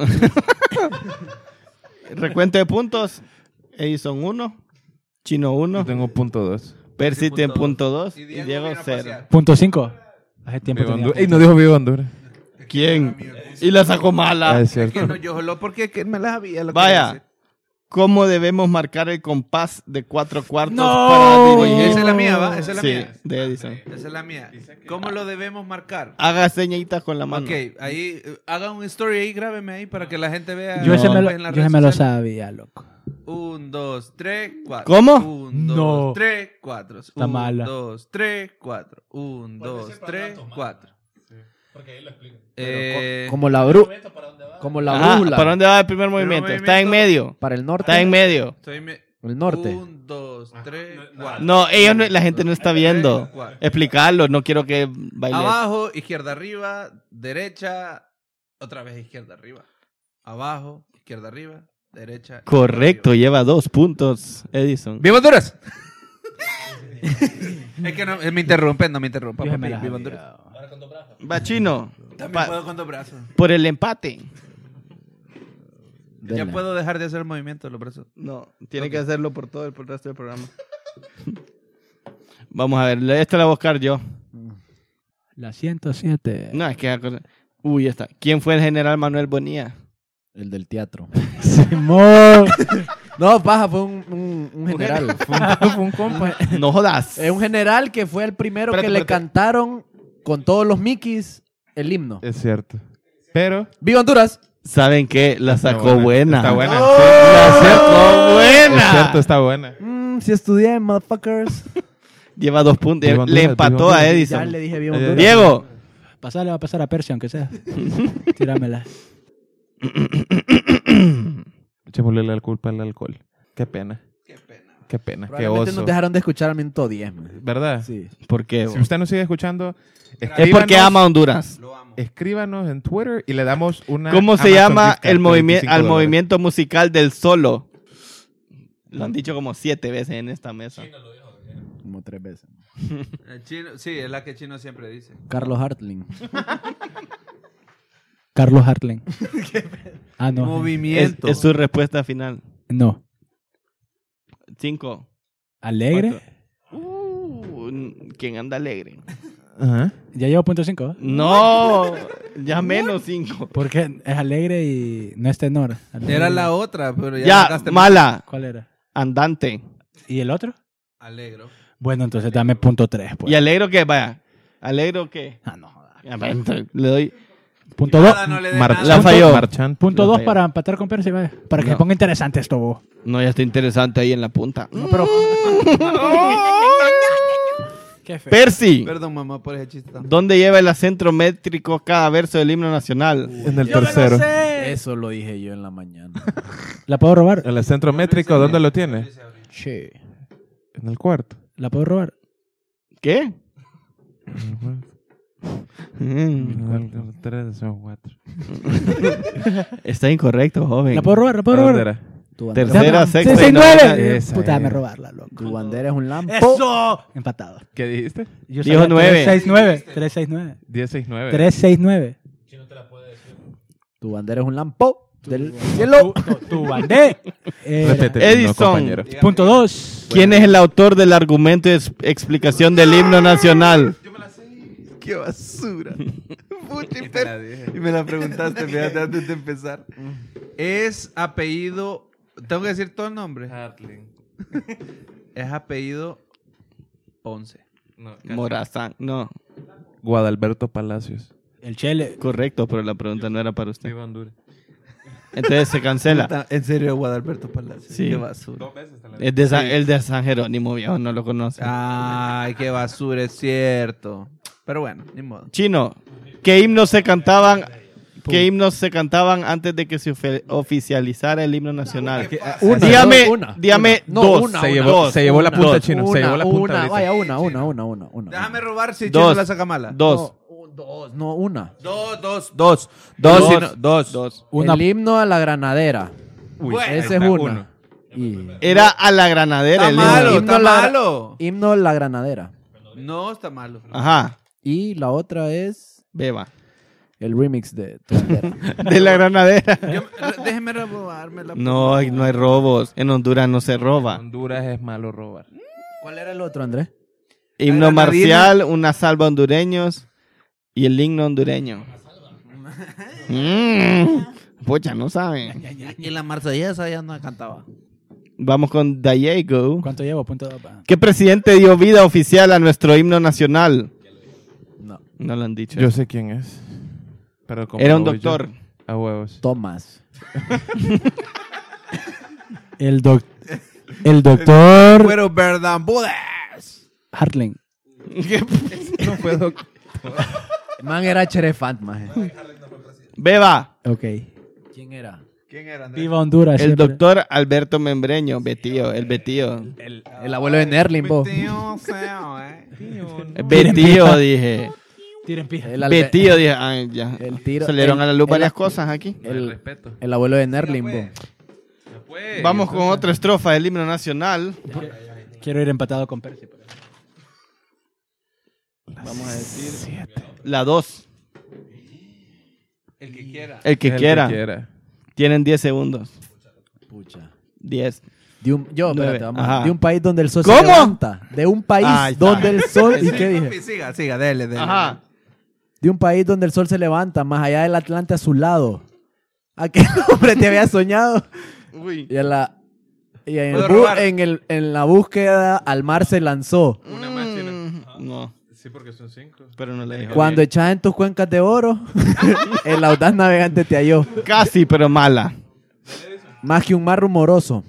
Recuento de puntos. Edison uno. Chino Yo uno. tengo punto dos. Percy punto tiene dos. punto dos. Y Y Diego Diego viene a cero. pasear. Punto cinco. Hace tiempo Viva tenía Honduras. Ey, punto. no dijo Viva Honduras. ¿Quién? Y la sacó Ah, mala. es Es que cierto. no, yo lo porque que me las había. Lo Vaya. quería decir. ¿Cómo debemos marcar el compás de cuatro cuartos No. para Oye, dirigir? esa es la mía, ¿va? Esa es la Sí, mía. de Edison. Esa es la mía. ¿Cómo lo debemos marcar? Haga señitas con la mano. Ok, ahí, eh, haga un story ahí, grábeme ahí para que la gente vea. Yo ese No. me lo, en las yo ese redes me lo sociales. sabía, loco. Un, dos, tres, cuatro. ¿Cómo? Un, dos, No. tres, cuatro. Está un, mala. dos, tres, cuatro. Un, dos, tres, cuatro. Eh, Como la bru... Como la Ajá, brújula. ¿para dónde va el primer movimiento? Está en movimiento. medio. Para el norte. Está en medio. estoy me- El norte. Un, dos, tres, cuatro. No, ellos no- la gente no está viendo. Cuatro. Explicarlo, no quiero que baile. Abajo, izquierda arriba, derecha, otra vez izquierda arriba. Abajo, izquierda arriba, derecha. Correcto, lleva dos puntos, Edison. ¡Viva Honduras! Es que no, me interrumpen, no me interrumpan. Yo se me papi. la ¡Viva sabía. Honduras! Va chino. También Pa- puedo con dos brazos. por el empate. Ya Denle. puedo dejar de hacer el movimiento de los brazos. No, tiene que hacerlo por todo el, por el resto del programa. Vamos a ver, esta la voy a buscar yo. La ciento siete. No, es que... Uy, esta. ¿Quién fue el general Manuel Bonilla? El del teatro. Simón. No, paja, fue un, un, un general. Fue un, fue un compa. No jodas. Es un general que fue el primero Espérate, que le espérate. cantaron con todos los Mickeys el himno. Es cierto. Pero. ¡Viva Honduras! ¿Saben qué? La Está sacó buena. Está buena. La sacó buena. Es cierto, está buena. Mm, si estudié, motherfuckers. Lleva dos puntos. Viva Le Honduras, empató viva a Honduras. Ya Edison. le dije Viva Eh, Honduras. Diego. Pasarle va a pasar a Percy, aunque sea. Tíramela. Echémosle la culpa al alcohol. Qué pena. Qué pena. Qué pena. Qué Probablemente oso. nos dejaron de escuchar al minuto diez. man. ¿Verdad? Sí. ¿Por qué? Si vos? usted nos sigue escuchando, Es porque escríbanos- ama a Honduras. Lo amo. Escríbanos en Twitter y le damos una. ¿Cómo se Amazon llama gift card el de movimiento veinticinco al dólares. movimiento musical del solo? Lo han dicho como siete veces en esta mesa. Como como tres veces. El chino, sí, es la que Chino siempre dice. Carlos Hartling. Carlos Hartling. Ah, no. Es, Movimiento. es su respuesta final. No. Cinco. ¿Alegre? Cuatro. Uh, ¿Quién anda alegre? Ajá. Ya llevo punto cinco. ¿eh? No, ya menos cinco. Porque es alegre y no es tenor. Alegre. Era la otra, pero ya, Ya, sacaste mala. ¿Cuál era? Andante. ¿Y el otro? Alegro. Bueno, entonces dame punto tres. Pues. ¿Y alegro qué? Vaya. ¿Alegro qué? Ah, no jodas. Ya, va, entonces, le doy. Punto dos. Nada, no le dé Mar- nada. La falló. Marchand. Punto Lo dos falló. para empatar con Percy, vaya. Para que No. se ponga interesante esto, vos. No, ya está interesante ahí en la punta. No, pero... Qué feo. Percy, Perdón, mamá, por ese chiste. tan- ¿dónde lleva el acento métrico cada verso del himno nacional? En el tercero. Eso lo dije yo en la mañana. ¿La puedo robar? El centro métrico, ¿dónde lo tiene? Che. En el cuarto. ¿La puedo robar? ¿Qué? En Mm, el cuarto, tres son cuatro. Está incorrecto, joven. ¿La puedo robar? ¿La puedo ¿A dónde robar? era? Tu bandera, Tercera, Dame- sexta seis, y nueve. novena. Esa Puta, dame es. robarla, loco. tu bandera es un lampo. ¡Eso! Empatado. ¿Qué dijiste? Yo Dijo sabía nueve. tres seis nueve. tres seis nueve. diez seis nueve. tres seis nueve. Tu bandera es un lampo del cielo. Tu, tu, tu bandera. Eh, Repete, Edison. no, compañero. punto dos. ¿Quién es el autor del argumento y es- explicación del himno nacional? ¡Qué basura! Puta, y, te per- la dije. y me la preguntaste, fíjate, antes de empezar. Es apellido... ¿Tengo que decir todo el nombre? Hartling. Es apellido Ponce. No, casi. Morazán. No, Guadalberto Palacios. El Chele. correcto, pero la pregunta no era para usted. Viva Honduras. Entonces se cancela. Puta, En serio, Guadalberto Palacio. Sí. Qué basura. Dos veces te la Es de San- el de San Jerónimo, viejo, no lo conoce. Ay, qué basura, es cierto. Pero bueno, ni modo. Chino, ¿qué himnos se cantaban? ¿Qué himnos se cantaban antes de que se ofe- oficializara el himno nacional? Una, dígame, una, dígame una. No, dos. una, Se una, llevó, dos, se llevó la punta, dos, Chino. Una, se llevó la punta. una, ahorita. vaya, una, una, una, una, una. Déjame robar si Dos. Chino la saca mala. Dos. No, un- dos, no, una. Dos, dos, dos. Dos. Dos, Chino, dos. Dos. Una- El himno a la granadera. Uy, Bueno, ahí Ese está, es una. uno. Y Era a la granadera. Está el himno. malo, Himno está la- malo. himno a la granadera. No, está malo. Ajá, Y la otra es beba. el remix de Tu bandera. De la granadera. Yo- déjeme robarme la No, hay- no hay robos. En Honduras no se roba. Honduras es malo robar. ¿Cuál era el otro, Andrés? Himno La granadina. marcial, una salva hondureños y el himno hondureño. Mm, Pucha, no saben. Y la marsellesa ya no cantaba. Vamos con Diego. ¿Cuánto llevo? Punto dos. pa. ¿Qué presidente dio vida oficial a nuestro himno nacional? No. No lo han dicho. Yo sé quién es. Pero como Era un voy yo, doctor. A huevos. Tomás. El, doc el doctor Pero verdad, Budas. Hartling. No fue doctor. El man era Cherefant, maje. Beba. Ok. ¿Quién era? ¿Quién era, Andrés? Viva Honduras. El siempre. doctor Alberto Membreño. Betío, el Betío. El, el abuelo de Nerlin, vos. Tío feo, eh. Betío, dije. Tiren pija. El, albe- Betío, dije. Ay, ya. El tiro- Salieron el- a la luz el- varias cosas aquí. el, respeto. el abuelo de Nerlin, vos. Vamos con otra estrofa del himno nacional. Quiero ir empatado con Percy. pero- Vamos a decir la dos. El que quiera. El que El quiera. quiera. Tienen diez segundos. Pucha. diez. De un, yo, Nueve. espérate, vamos. Ajá. De un país donde el sol ¿Cómo? se levanta. De un país Ahí está. donde el sol... ¿Y qué dije? Siga, siga, dele, dele. Ajá. De un país donde el sol se levanta, más allá del Atlante a su lado. ¿A qué nombre te había soñado? Uy. Y en la, y en, el ¿Puedo bu- robar? en, el, en la búsqueda al mar se lanzó. Una más, Chino. Mm, No, Sí, porque son cinco. pero no le dijo. Cuando echas en tus cuencas de oro, el audaz navegante te halló. Casi, pero mala. Más que un mar rumoroso.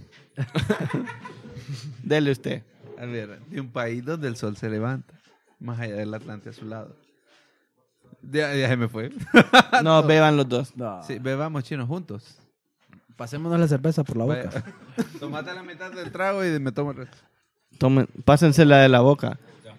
Dele usted. A ver, de un país donde el sol se levanta, más allá del Atlante a su lado. Ya, ya se me fue. No, beban los dos. No. Sí, bebamos chinos juntos. Pasémonos la cerveza por la boca. Vaya. Tomate la mitad del trago y me tomo el resto. Tomen, pásensela de la boca.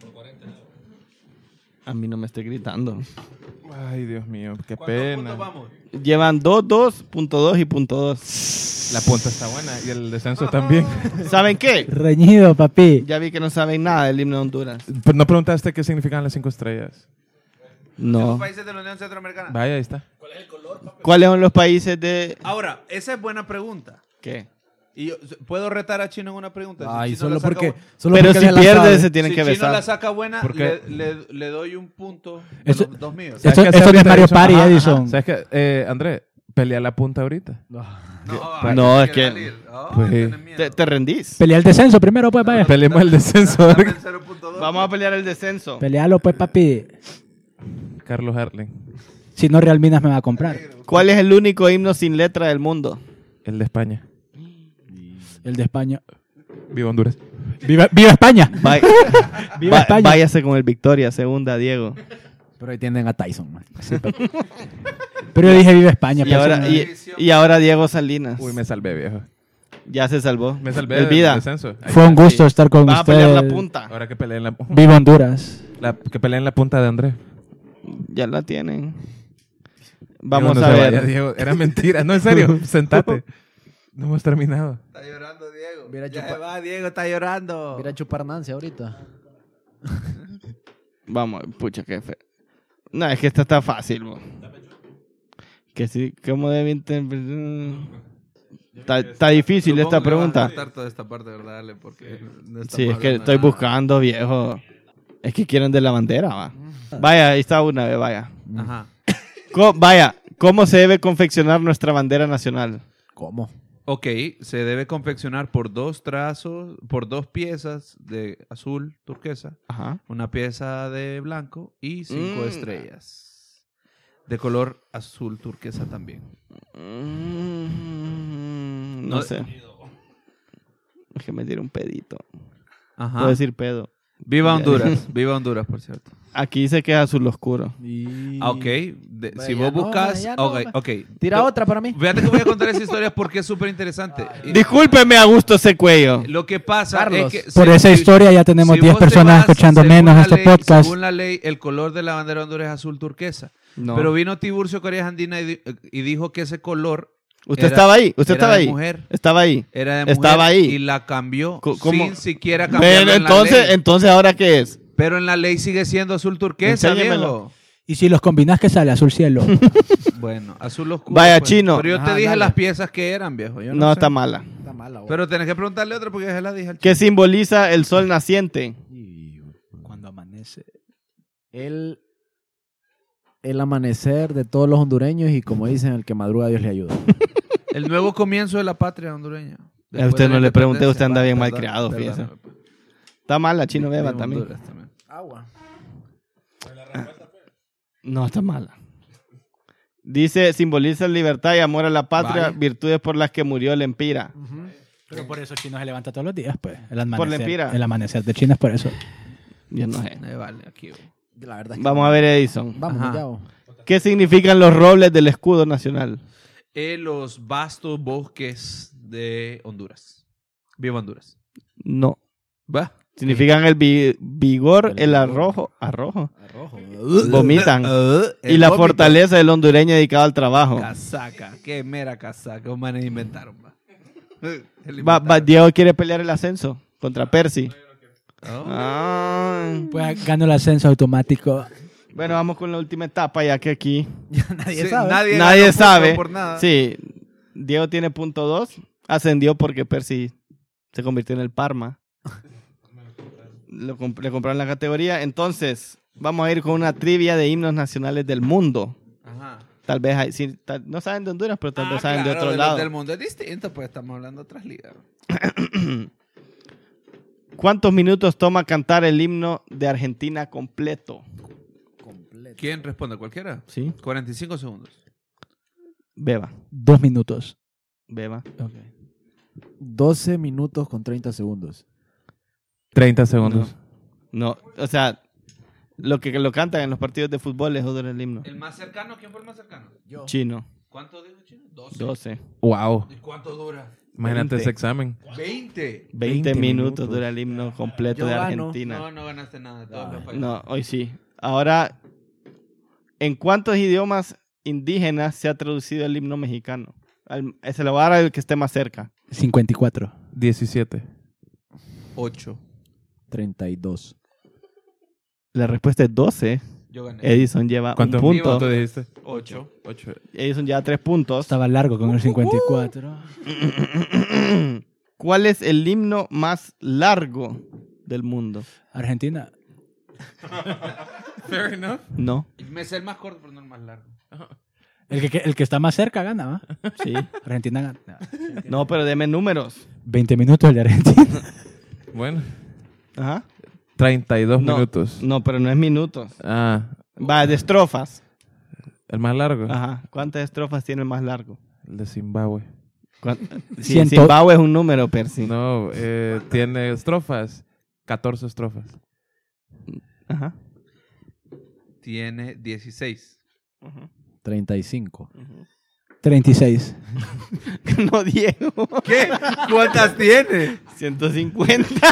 A mí no me esté gritando. Ay, Dios mío, qué ¿Cuántos pena. puntos vamos? Llevan dos, dos, punto dos y punto dos. La punta está buena y el descenso también. ¿Saben qué? Reñido, papi. Ya vi que no saben nada del himno de Honduras. Pero no preguntaste qué significan las cinco estrellas. No. Los países de la Unión Centroamericana. Vaya, ahí está. ¿Cuáles son los países de...? Ahora, esa es buena pregunta. ¿Qué? Y yo, ¿puedo retar a Chino en una pregunta? Si Ay, Chino solo la saca porque. bu- Solo Pero porque si se la pierde sabe. se tienen si que Chino besar. la saca buena, ¿Por le, qué? le- le doy un punto. Eso- Bueno, dos míos. Esto, ¿Sabes qué esto hace no es Mario ahorita, Party, Edison? Edison. ¿Sabes qué? Eh, André, pelea la punta ahorita. No, No, hay es que- salir. Oh, Pues sí. tenés miedo. ¿Te, te rendís? Pelea el descenso primero, pues, vaya. Peleemos el descenso. Dame el cero punto dos. Vamos a pelear el descenso. Pelealo, pues, papi. Carlos Harling. Si no, Real Minas me va a comprar. ¿Cuál es el único himno sin letra del mundo? El de España. El de España. Viva Honduras. ¡Viva, viva España! Vai- ¡Viva va- España! váyase con el Victoria, segunda, Diego. Pero ahí tienden a Tyson, man. Pero yo dije viva España. Y pues, ahora, no- y, y ahora Diego Salinas. Uy, me salvé, viejo. Ya se salvó. Me salvé El del vida. descenso. Ahí Fue un está. gusto estar con Vas a pelear ustedes. la punta. Ahora que peleen la, Viva Honduras. la- que peleen la punta de André. Ya la tienen. Vamos Diego, a no se ver. vaya, Diego. Era mentira. No, en serio. Sentate. No hemos terminado. Está llorando Diego. Mira, ya chupa- se va, Diego está llorando. Mira a chupar Nancy ahorita. Vamos, pucha, qué fe. No, es que esta está fácil, bo. Que sí, ¿cómo debe interpretar? Está, está difícil Supongo esta que vas a pregunta. cortar toda esta parte, ¿verdad, Ale? Porque no estamos Sí, es que hablando estoy de nada. buscando, viejo. Es que quieren de la bandera, va. Vaya, ahí está una vez, vaya. Ajá. Co- vaya, ¿cómo se debe confeccionar nuestra bandera nacional? ¿Cómo? Ok, se debe confeccionar por dos trazos, por dos piezas de azul turquesa, Ajá. una pieza de blanco y cinco Mm. estrellas. De color azul turquesa también. Mm, no No- sé. Es que me tiré un pedito. Ajá. Puedo decir pedo. Viva Ya. Honduras, viva Honduras, por cierto. Aquí dice que es azul oscuro. Y... Ah, ok, de- Vaya, si vos no, buscas... ya no, ok, ma. ok. Tira Te- otra para mí. Fíjate que voy a contar esa historia porque es súper interesante. Y- Discúlpeme, Augusto Secuello. Lo que pasa Carlos, es que... Por si- esa si- historia ya tenemos si diez vos te personas vas, escuchando según menos la este ley- podcast. Según la ley, el color de la bandera de Honduras es azul turquesa. No. Pero vino Tiburcio Coreas Andina y, di- y dijo que ese color Usted era- estaba ahí, usted era estaba de ahí. mujer. Estaba ahí. Era de mujer Estaba ahí. y la cambió Co- ¿cómo? sin siquiera cambiarlo Bueno, en la entonces, ley. entonces, ¿ahora qué es? Pero en la ley sigue siendo azul turquesa, Enséñemelo. viejo. Y si los combinas, ¿qué sale? Azul cielo. Bueno, azul oscuro. Vaya, pues. chino. Pero yo te Ajá, dije dale. las piezas que eran, viejo. Yo No, no, sé. está mala. Está mala, güey. Pero tenés que preguntarle otra porque ya se la dije al ¿Qué chino. simboliza el sol naciente? Cuando amanece. El, el amanecer de todos los hondureños y como dicen, el que madruga Dios le ayuda. El nuevo comienzo de la patria hondureña. A usted no le pregunté, usted anda bien Perdón, malcriado, perdón, fíjese. perdón. Está mala, chino beba Viva también. Honduras también. Agua. No, está mala. Dice, simboliza libertad y amor a la patria, Vaya. virtudes por las que murió el empira. Pero por eso Chino se levanta todos los días, pues. El la amanecer, empira. el amanecer de China es por eso. Yo no sé. Eh, vale, aquí. güey. La verdad es que Vamos a ver, Edison. Vamos, Ajá. ya. bo. ¿Qué significan los robles del escudo nacional? En los vastos bosques de Honduras. Viva Honduras. No. Va. Significan el vi- vigor, El el vigor. arrojo, arrojo. Arrojo. Vomitan. El Y la vómito. fortaleza del hondureño dedicado al trabajo. Casaca. Qué mera casaca. Los manes inventaron, va. El Va- va, inventaron. Diego quiere pelear el ascenso contra Percy. Oh. Ah. Pues gano el ascenso automático. Bueno, vamos con la última etapa, ya que aquí Nadie Sí, sabe. Nadie, nadie ganó punto sabe. por nada. Sí, Diego tiene punto dos. Ascendió porque Percy se convirtió en el Parma. Lo comp- le compraron la categoría. Entonces, vamos a ir con una trivia de himnos nacionales del mundo. Ajá. Tal vez hay- sí, tal- no saben de Honduras, pero tal Ah, vez saben de claro, otro los lado. del mundo es distinto, pues estamos hablando de otras ligas. ¿Cuántos minutos toma cantar el himno de Argentina completo? Completo. ¿Quién responde? ¿Cualquiera? ¿Sí? cuarenta y cinco segundos. Beba, Dos minutos. beba. doce minutos con treinta segundos. treinta segundos. No, o sea, lo que lo cantan en los partidos de fútbol es otro el himno. ¿El más cercano? ¿Quién fue el más cercano? Yo. Chino, ¿Cuánto dijo Chino? doce. doce. Wow. ¿Y cuánto dura? Imagínate veinte. ese examen. veinte. veinte, veinte minutos, minutos. dura el himno completo Yo de gano. Argentina. No, no ganaste nada. Todos Ay. los países. No, hoy sí. Ahora, ¿en cuántos idiomas indígenas se ha traducido el himno mexicano? Al- se lo va a dar al que esté más cerca. cincuenta y cuatro. diecisiete. ocho. treinta y dos. La respuesta es doce. Yo gané. Edison lleva ¿Cuánto? un punto. ¿Cuánto dijiste? ocho. ocho. Edison lleva tres puntos. Estaba largo con el cincuenta y cuatro. ¿Cuál es el himno más largo del mundo? Argentina. Fair enough. No. Me sé el más corto, pero no el más largo. El que, que- el que está más cerca gana, ¿va? Sí. Argentina gana. No, pero deme números. veinte minutos el de Argentina. Bueno, Ajá. treinta y dos No, minutos. No, pero no es minutos. Ah, Va, de estrofas. el más largo. Ajá. ¿Cuántas estrofas tiene el más largo? El de Zimbabue. ¿Cuán- Sí, Ciento- Zimbabue es un número, Percy. No, eh, tiene estrofas. catorce estrofas. Ajá. Tiene dieciséis. treinta y cinco. treinta y seis. No, Diego. ¿Qué? ¿Cuántas tiene? ciento cincuenta.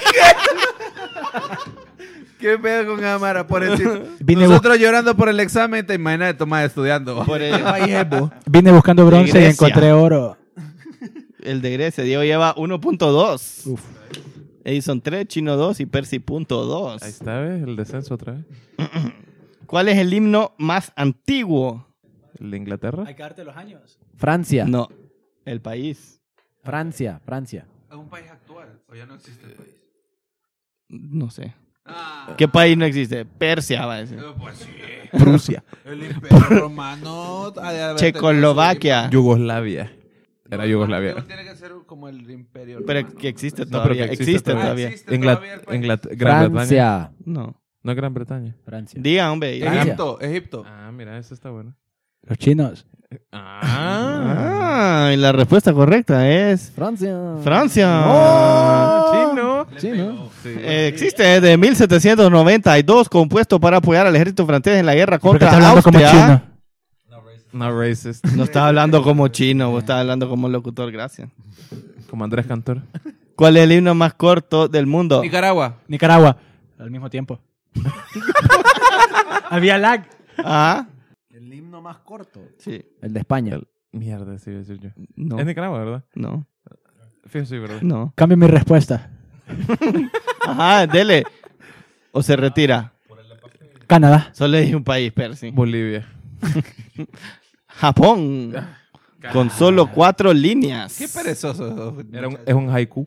¿Qué pedo con Amara? Por decir, Vine, bu- nosotros llorando por el examen, te imaginas de Tomás estudiando. Por el, vine buscando bronce y Grecia. encontré oro. el de Grecia. Diego lleva uno punto dos. Uf. Edison tres, Chino dos y Percy punto dos. Ahí está, ¿ves? El descenso otra vez. ¿Cuál es el himno más antiguo? El de Inglaterra. que darte los años. Francia. No, el país. Francia, Francia. ¿Es un país actual o ya no existe el país? No sé. Ah, ¿Qué país no existe? Persia, va a decir. pues sí. Rusia. El Imperio Romano. ha de haber Checoslovaquia. Yugoslavia. Era tenido su- Yugoslavia. No, tiene que ser como el Imperio Pero Romano. que existe No, pero todavía. que existe, existe todavía. Ah, existe Ingla- todavía el país. Inglat- Gran Bretaña. Francia. No. No Gran Bretaña. Francia. Diga, hombre. diga. Francia. Egipto, Egipto. Ah, mira, eso está bueno. Los chinos. Ah. Ah, y la respuesta correcta es Francia. Francia. Chino. Sí, ¿no? Eh, existe desde mil setecientos noventa y dos, compuesto para apoyar al ejército francés en la guerra ¿Por qué contra estás hablando como Austria. chino? No racist. No estás hablando como chino, vos estás hablando como locutor, gracias. Como Andrés Cantor. ¿Cuál es el himno más corto del mundo? Nicaragua. Nicaragua. Al mismo tiempo. Había lag. Ah, El himno más corto. sí. El de España. Mierda, sí, iba a decir yo. No, Es Nicaragua, ¿verdad? no, Fijo, sí, ¿verdad? no. Cambio mi respuesta. Ajá, dele. O se retira. Canadá. Solo dije un país, Percy. Bolivia. Japón. Con solo cuatro líneas. Qué perezoso. Era un, es un haiku.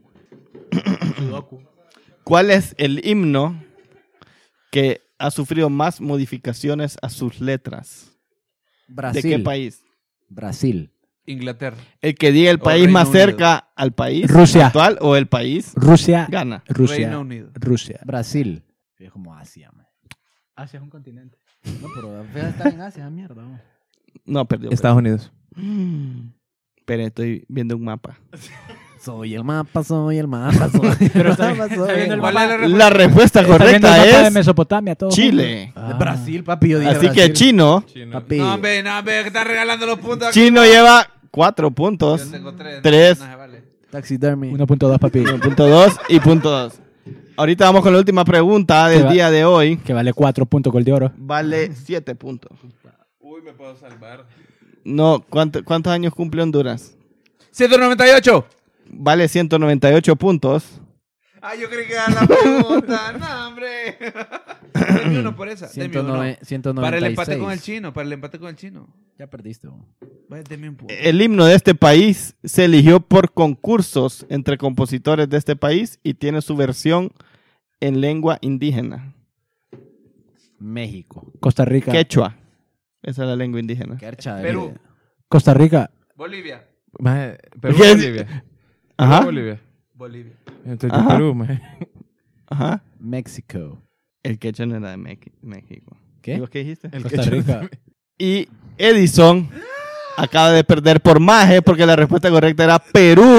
¿Cuál es el himno que ha sufrido más modificaciones a sus letras? Brasil. ¿De qué país? Brasil. Inglaterra. El que diga el O país Reino más Unido. cerca al país Rusia. actual o el país Rusia. gana. Rusia. Reino Unido. Rusia. Brasil. Es como Asia, man. Asia es un continente. No, pero fea está en Asia, mierda. man. No, perdió. Estados Unidos. Mm. Pero estoy viendo un mapa. Soy el mapa, soy el mapa, soy Pero el está- mapa, está soy viendo el el ¿Cuál mapa. es la respuesta? La respuesta Está viendo el correcta mapa de es Mesopotamia, todo Chile. junto. De Ah. Brasil, papi, yo dije Así que Brasil. chino, Papi. No, hombre, no, hombre, que estás regalando los puntos. aquí. chino lleva cuatro puntos. Yo tengo tres. Tres. No se vale. Taxidermy. uno punto dos, papi. Punto dos y punto dos. Ahorita vamos con la última pregunta del Que va- día de hoy. Que vale cuatro puntos gol de oro. Vale siete puntos. Uy, me puedo salvar. No, ¿cuánto- ¿cuántos años cumple Honduras? ciento noventa y ocho. Vale ciento noventa y ocho puntos. Ah, yo creí que era la pregunta. No, hombre. Deme uno por esa. Deme uno. ciento noventa Para el y empate seis. con el chino. Para el empate con el chino. Ya perdiste. man. Vaya, deme un punto. El himno de este país se eligió por concursos entre compositores de este país y tiene su versión en lengua indígena. México. Costa Rica. Quechua. Esa es la lengua indígena. Quercha. Perú. Costa Rica. Bolivia. Maje, Perú ¿Qué? o Bolivia. Ajá. Perú o Bolivia. Bolivia. Entonces, Ajá. Perú, maje. Ajá. México. El quechua no era de Mex- México. ¿Qué? ¿Y vos qué dijiste? El Costa que- Rica. Y Edison acaba de perder por maje porque la respuesta correcta era Perú.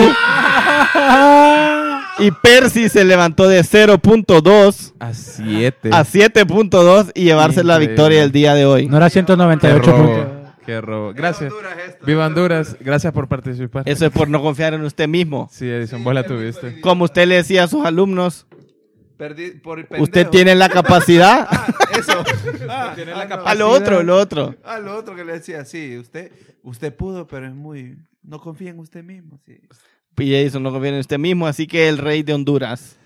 Y Percy se levantó de cero punto dos A siete. a siete punto dos y llevarse la Increíble. victoria el día de hoy. No era ciento noventa y Qué ocho robo. puntos. Qué robo. Gracias. Honduras esto. Viva Honduras. Gracias por participar. Eso es por no confiar en usted mismo. Sí, Edison, vos la tuviste. Como usted le decía a sus alumnos, Perdí por pendejo. usted tiene la capacidad. Ah, eso. Ah, Tiene la ah, no. A lo otro, lo otro. Ah, lo otro que le decía, sí, usted, usted pudo, pero es muy, No confía en usted mismo. Sí. P. Jason no confía en usted mismo, así que el rey de Honduras.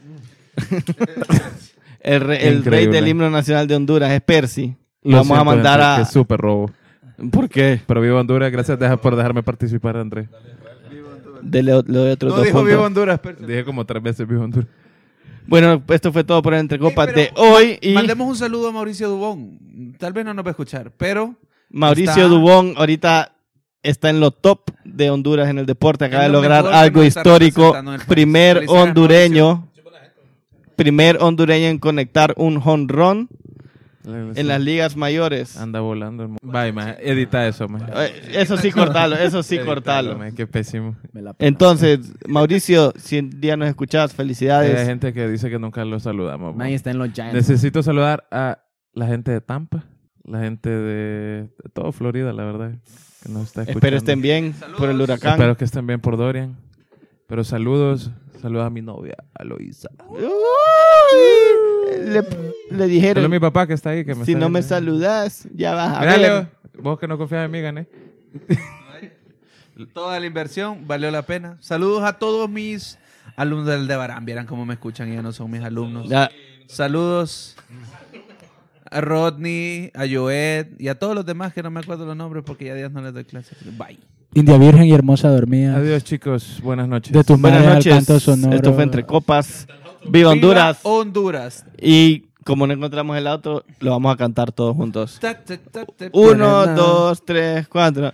el re- el rey Increíble. del himno nacional de Honduras es Percy. Lo Vamos a siento, mandar André, a... que súper robo. ¿Por qué? Pero viva Honduras, gracias deja- por dejarme participar, André. Dele, o- le doy otros No dos dijo puntos. viva Honduras. pero- Dije como tres veces viva Honduras. Bueno, esto fue todo por el Entre Copas Eh, de pero hoy. Y Mandemos un saludo a Mauricio Dubón. Tal vez no nos va a escuchar, pero Mauricio está- Dubón ahorita está en lo top de Honduras en el deporte. Acaba Es de lo lograr mejor que algo nos está histórico. representando en el país. Primer Felicidades, hondureño. Primer hondureño en conectar un jonrón en las ligas mayores. Anda volando. el mu- Bye, man. Edita eso, man. Eh, Eso sí cortalo, eso sí Editalo, cortalo. man, qué pésimo. Me la pela. Entonces, Mauricio, si un día nos escuchas, Hay felicidades. gente que dice que nunca lo saludamos. Man, man. está en los Giants. Necesito saludar a la gente de Tampa, la gente de, de todo Florida, la verdad, que nos está escuchando. Espero estén bien por el huracán. Espero que estén bien por Dorian. Pero saludos, saludos a mi novia, Aloisa. Uy, le, le dijeron, Saludos a mi papá que está ahí. Que me si está no me viendo. saludas, ya vas a Mira, ver. Leo, vos que no confías en mí, gané. toda la inversión valió la pena. Saludos a todos mis alumnos del Debarán. Vieran cómo me escuchan y ya no son mis alumnos. Ya, Saludos a Rodney, a Joed y a todos los demás que no me acuerdo los nombres porque ya días no les doy clases. Bye. India Virgen y hermosa dormida. Adiós, chicos. Buenas noches. De tu buenas madre al noches. canto sonoro. Esto fue Entre Copas. Viva Honduras. Viva Honduras. Y como no encontramos el auto, lo vamos a cantar todos juntos. Ta, ta, ta, ta, Uno, ta, dos, tres, cuatro.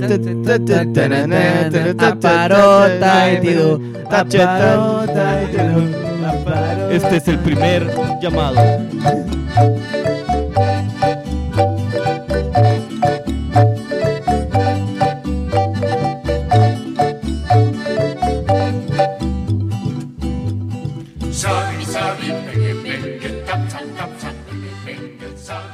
Aparota y tiru, Este es el primer llamado.